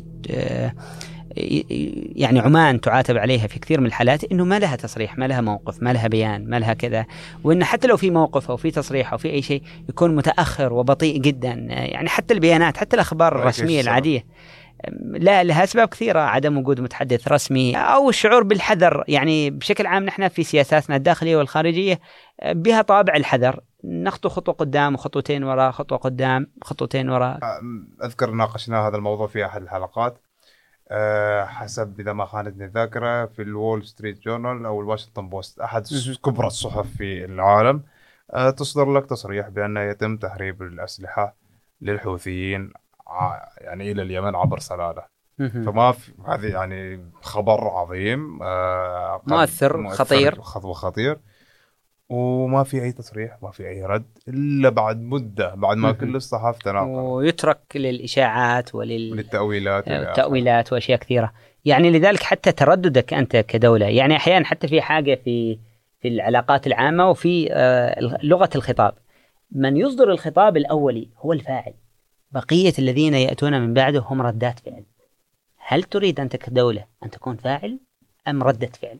يعني عمان تعاتب عليها في كثير من الحالات إنه ما لها تصريح، ما لها موقف، ما لها بيان، ما لها كذا، وإن حتى لو في موقف أو في تصريح أو في أي شيء يكون متأخر وبطيء جدا. يعني حتى البيانات، حتى الأخبار الرسمية العادية لا لها أسباب كثيرة، عدم وجود متحدث رسمي أو الشعور بالحذر. يعني بشكل عام نحن في سياساتنا الداخلية والخارجية بها طابع الحذر، نخطو خطوة قدام وخطوتين وراء، خطوة قدام خطوتين وراء. أذكر ناقشنا هذا الموضوع في أحد الحلقات، حسب إذا ما خانتني الذاكرة في الوول ستريت جورنال أو الواشنطن بوست، أحد كبرى الصحف في العالم، تصدر لك تصريح بأن يتم تهريب الأسلحة للحوثيين يعني إلى اليمن عبر سلالة. فما في هذه يعني خبر عظيم، مؤثر، خطير، خطوة خطير. وما في أي تصريح، ما في أي رد إلا بعد مدة، بعد ما كل الصحافة تناقل، ويترك للإشاعات ولل... وللتأويلات والتأويلات وأشياء كثيرة. يعني لذلك حتى ترددك أنت كدولة، يعني أحيانا حتى في حاجة في في العلاقات العامة وفي لغة الخطاب، من يصدر الخطاب الأولي هو الفاعل، بقية الذين يأتون من بعده هم ردات فعل. هل تريد أنت كدولة أن تكون فاعل أم ردة فعل؟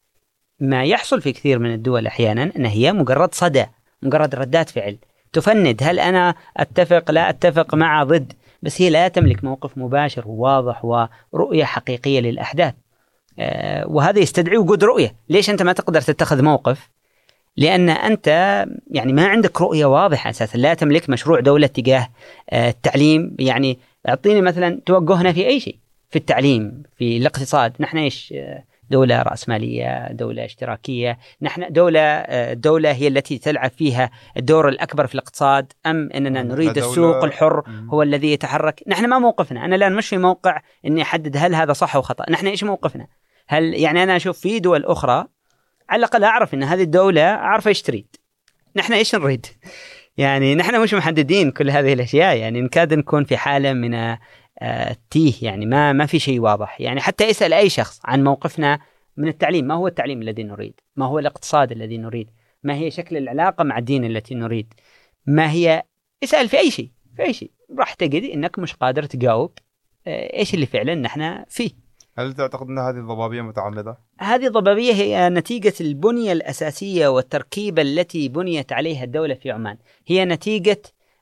ما يحصل في كثير من الدول أحيانا أن هي مجرد صدى، مجرد ردات فعل تفند، هل أنا أتفق لا أتفق مع ضد، بس هي لا تملك موقف مباشر وواضح ورؤية حقيقية للأحداث. آه وهذا يستدعي وجود رؤية. ليش أنت ما تقدر تتخذ موقف؟ لأن أنت يعني ما عندك رؤية واضحة أساسا، لا تملك مشروع دولة تجاه آه التعليم. يعني أعطيني مثلا توجهنا في أي شيء، في التعليم، في الاقتصاد، نحن إيش؟ آه دولة رأسمالية، دولة اشتراكية، نحن دولة دولة هي التي تلعب فيها الدور الأكبر في الاقتصاد، أم أننا نريد السوق الحر هو الذي يتحرك؟ نحن ما موقفنا. أنا الآن مش في موقع أني أحدد هل هذا صح أو خطأ، نحن إيش موقفنا؟ هل يعني أنا أشوف في دول أخرى على الأقل أعرف أن هذه الدولة أعرف إيش تريد، نحن إيش نريد. يعني نحن مش محددين كل هذه الأشياء، يعني نكاد نكون في حالة من تيه، يعني ما ما في شيء واضح. يعني حتى اسأل أي شخص عن موقفنا من التعليم، ما هو التعليم الذي نريد، ما هو الاقتصاد الذي نريد، ما هي شكل العلاقة مع الدين التي نريد، ما هي، اسأل في أي شيء في أي شيء راح تجد إنك مش قادر تجاوب إيش اللي فعلا نحن فيه. هل تعتقد أن هذه الضبابية متعمدة؟ هذه الضبابية هي نتيجة البنية الأساسية والتركيبة التي بنيت عليها الدولة في عمان، هي نتيجة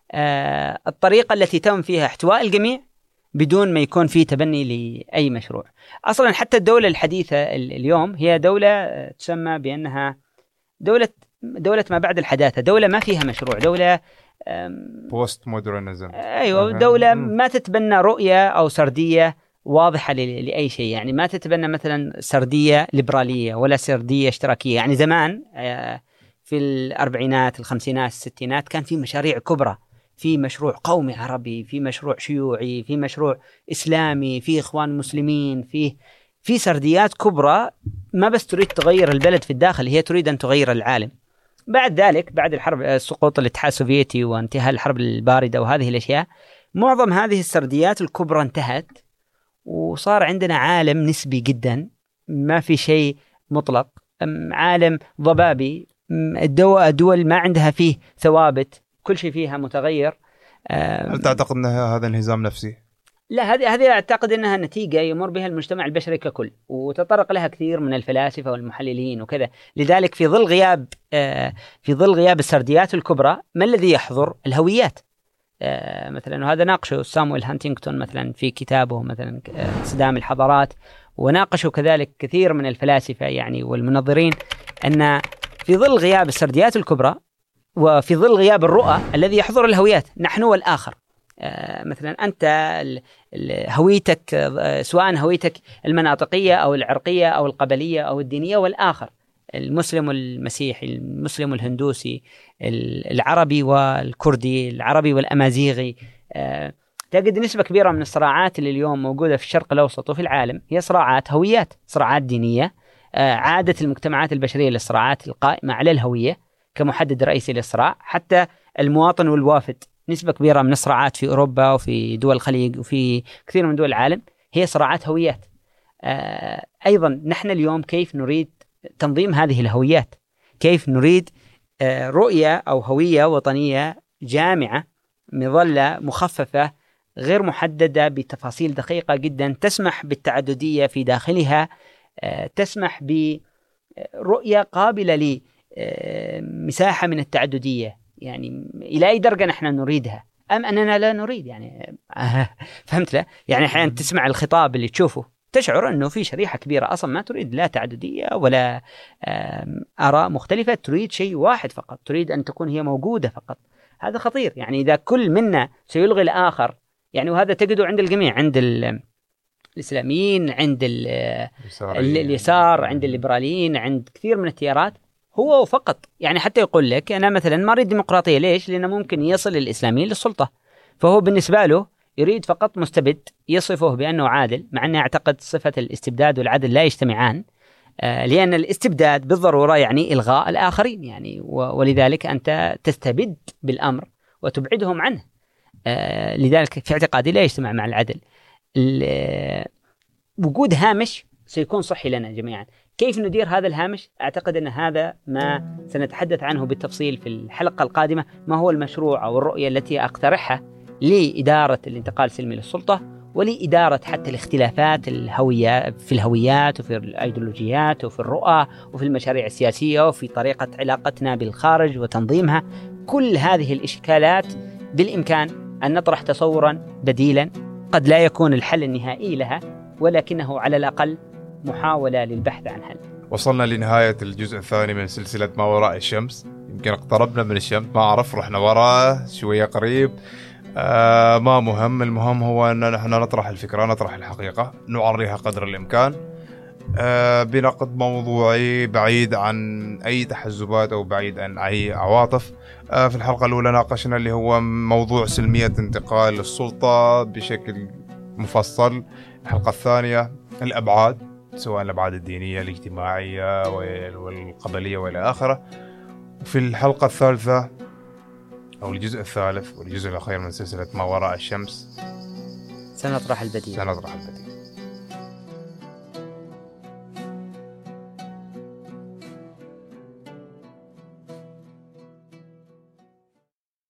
آه الطريقة التي تم فيها احتواء الجميع بدون ما يكون في تبني لأي مشروع. أصلا حتى الدولة الحديثة اليوم هي دولة تسمى بأنها دولة دولة ما بعد الحداثة، دولة ما فيها مشروع، دولة بوست مودرنزم. أيوة، دولة ما تتبنى رؤية أو سردية واضحة لأي شيء. يعني ما تتبنى مثلا سردية ليبرالية ولا سردية اشتراكية. يعني زمان في الأربعينات الخمسينات الستينات كان في مشاريع كبرى، في مشروع قومي عربي، في مشروع شيوعي، في مشروع إسلامي، في إخوان مسلمين، في في سرديات كبرى ما بس تريد تغير البلد في الداخل، هي تريد أن تغير العالم. بعد ذلك، بعد الحرب، سقوط الاتحاد السوفيتي وانتهاء الحرب الباردة وهذه الأشياء، معظم هذه السرديات الكبرى انتهت، وصار عندنا عالم نسبي جدا، ما في شيء مطلق، عالم ضبابي، الدول ما عندها فيه ثوابت، كل شيء فيها متغير. هل تعتقد أن هذا انهزام نفسي؟ لا، هذه هذه أعتقد أنها نتيجة يمر بها المجتمع البشري ككل، وتطرق لها كثير من الفلاسفة والمحللين وكذا. لذلك في ظل غياب في ظل غياب السرديات الكبرى، ما الذي يحضر؟ الهويات مثلا. وهذا ناقشه سامويل هانتينغتون مثلا في كتابه مثلا صدام الحضارات، وناقشوا كذلك كثير من الفلاسفة يعني والمنظرين، أن في ظل غياب السرديات الكبرى وفي ظل غياب الرؤى الذي يحضر الهويات، نحن والآخر. آه مثلا أنت هويتك، آه سواء هويتك المناطقية أو العرقية أو القبلية أو الدينية، والآخر المسلم والمسيحي، المسلم والهندوسي، العربي والكردي، العربي والأمازيغي. آه تجد نسبة كبيرة من الصراعات اللي اليوم موجودة في الشرق الأوسط وفي العالم هي صراعات هويات، صراعات دينية. آه عادة المجتمعات البشرية للصراعات القائمة على الهوية كمحدد رئيسي للصراع. حتى المواطن والوافد، نسبة كبيرة من الصراعات في أوروبا وفي دول الخليج وفي كثير من دول العالم هي صراعات هويات. آه أيضا نحن اليوم كيف نريد تنظيم هذه الهويات؟ كيف نريد آه رؤية أو هوية وطنية جامعة مظلة مخففة غير محددة بتفاصيل دقيقة جدا، تسمح بالتعددية في داخلها، آه تسمح برؤية قابلة لي مساحة من التعددية. يعني إلى أي درجة نحن نريدها أم أننا لا نريد؟ يعني فهمت لا؟ يعني أحيانا تسمع الخطاب اللي تشوفه تشعر أنه في شريحة كبيرة أصلا ما تريد لا تعددية ولا آراء مختلفة، تريد شيء واحد فقط، تريد أن تكون هي موجودة فقط. هذا خطير. يعني إذا كل منا سيلغي الآخر، يعني وهذا تجده عند الجميع، عند الإسلاميين، عند اليسار، عند الليبراليين، عند كثير من التيارات، هو فقط. يعني حتى يقول لك أنا مثلا ما أريد ديمقراطية، ليش؟ لأنه ممكن يصل الإسلاميين للسلطة، فهو بالنسبة له يريد فقط مستبد يصفه بأنه عادل، مع أنه يعتقد صفة الاستبداد والعدل لا يجتمعان. لأن الاستبداد بالضرورة يعني إلغاء الآخرين، يعني ولذلك أنت تستبد بالأمر وتبعدهم عنه. لذلك في اعتقادي لا يجتمع مع العدل. وجود هامش سيكون صحي لنا جميعا. كيف ندير هذا الهامش؟ أعتقد أن هذا ما سنتحدث عنه بالتفصيل في الحلقة القادمة، ما هو المشروع أو الرؤية التي أقترحها لإدارة الانتقال السلمي للسلطة ولإدارة حتى الاختلافات الهوية في الهويات وفي الأيديولوجيات وفي الرؤى وفي المشاريع السياسية وفي طريقة علاقتنا بالخارج وتنظيمها. كل هذه الإشكالات بالإمكان أن نطرح تصورا بديلا، قد لا يكون الحل النهائي لها ولكنه على الأقل محاولة للبحث عن حل. وصلنا لنهاية الجزء الثاني من سلسلة ما وراء الشمس. يمكن اقتربنا من الشمس، ما أعرف، رحنا وراء شوية قريب. آه ما مهم، المهم هو أن نحن نطرح الفكرة، نطرح الحقيقة، نعريها قدر الإمكان آه بنقد موضوعي بعيد عن أي تحزبات أو بعيد عن أي عواطف. آه في الحلقة الأولى ناقشنا اللي هو موضوع سلمية انتقال السلطة بشكل مفصل. الحلقة الثانية الأبعاد، سواء الأبعاد الدينية الاجتماعية والقبلية وإلى آخره. في الحلقة الثالثة أو الجزء الثالث والجزء الأخير من سلسلة ما وراء الشمس سنطرح البديل سنطرح البديل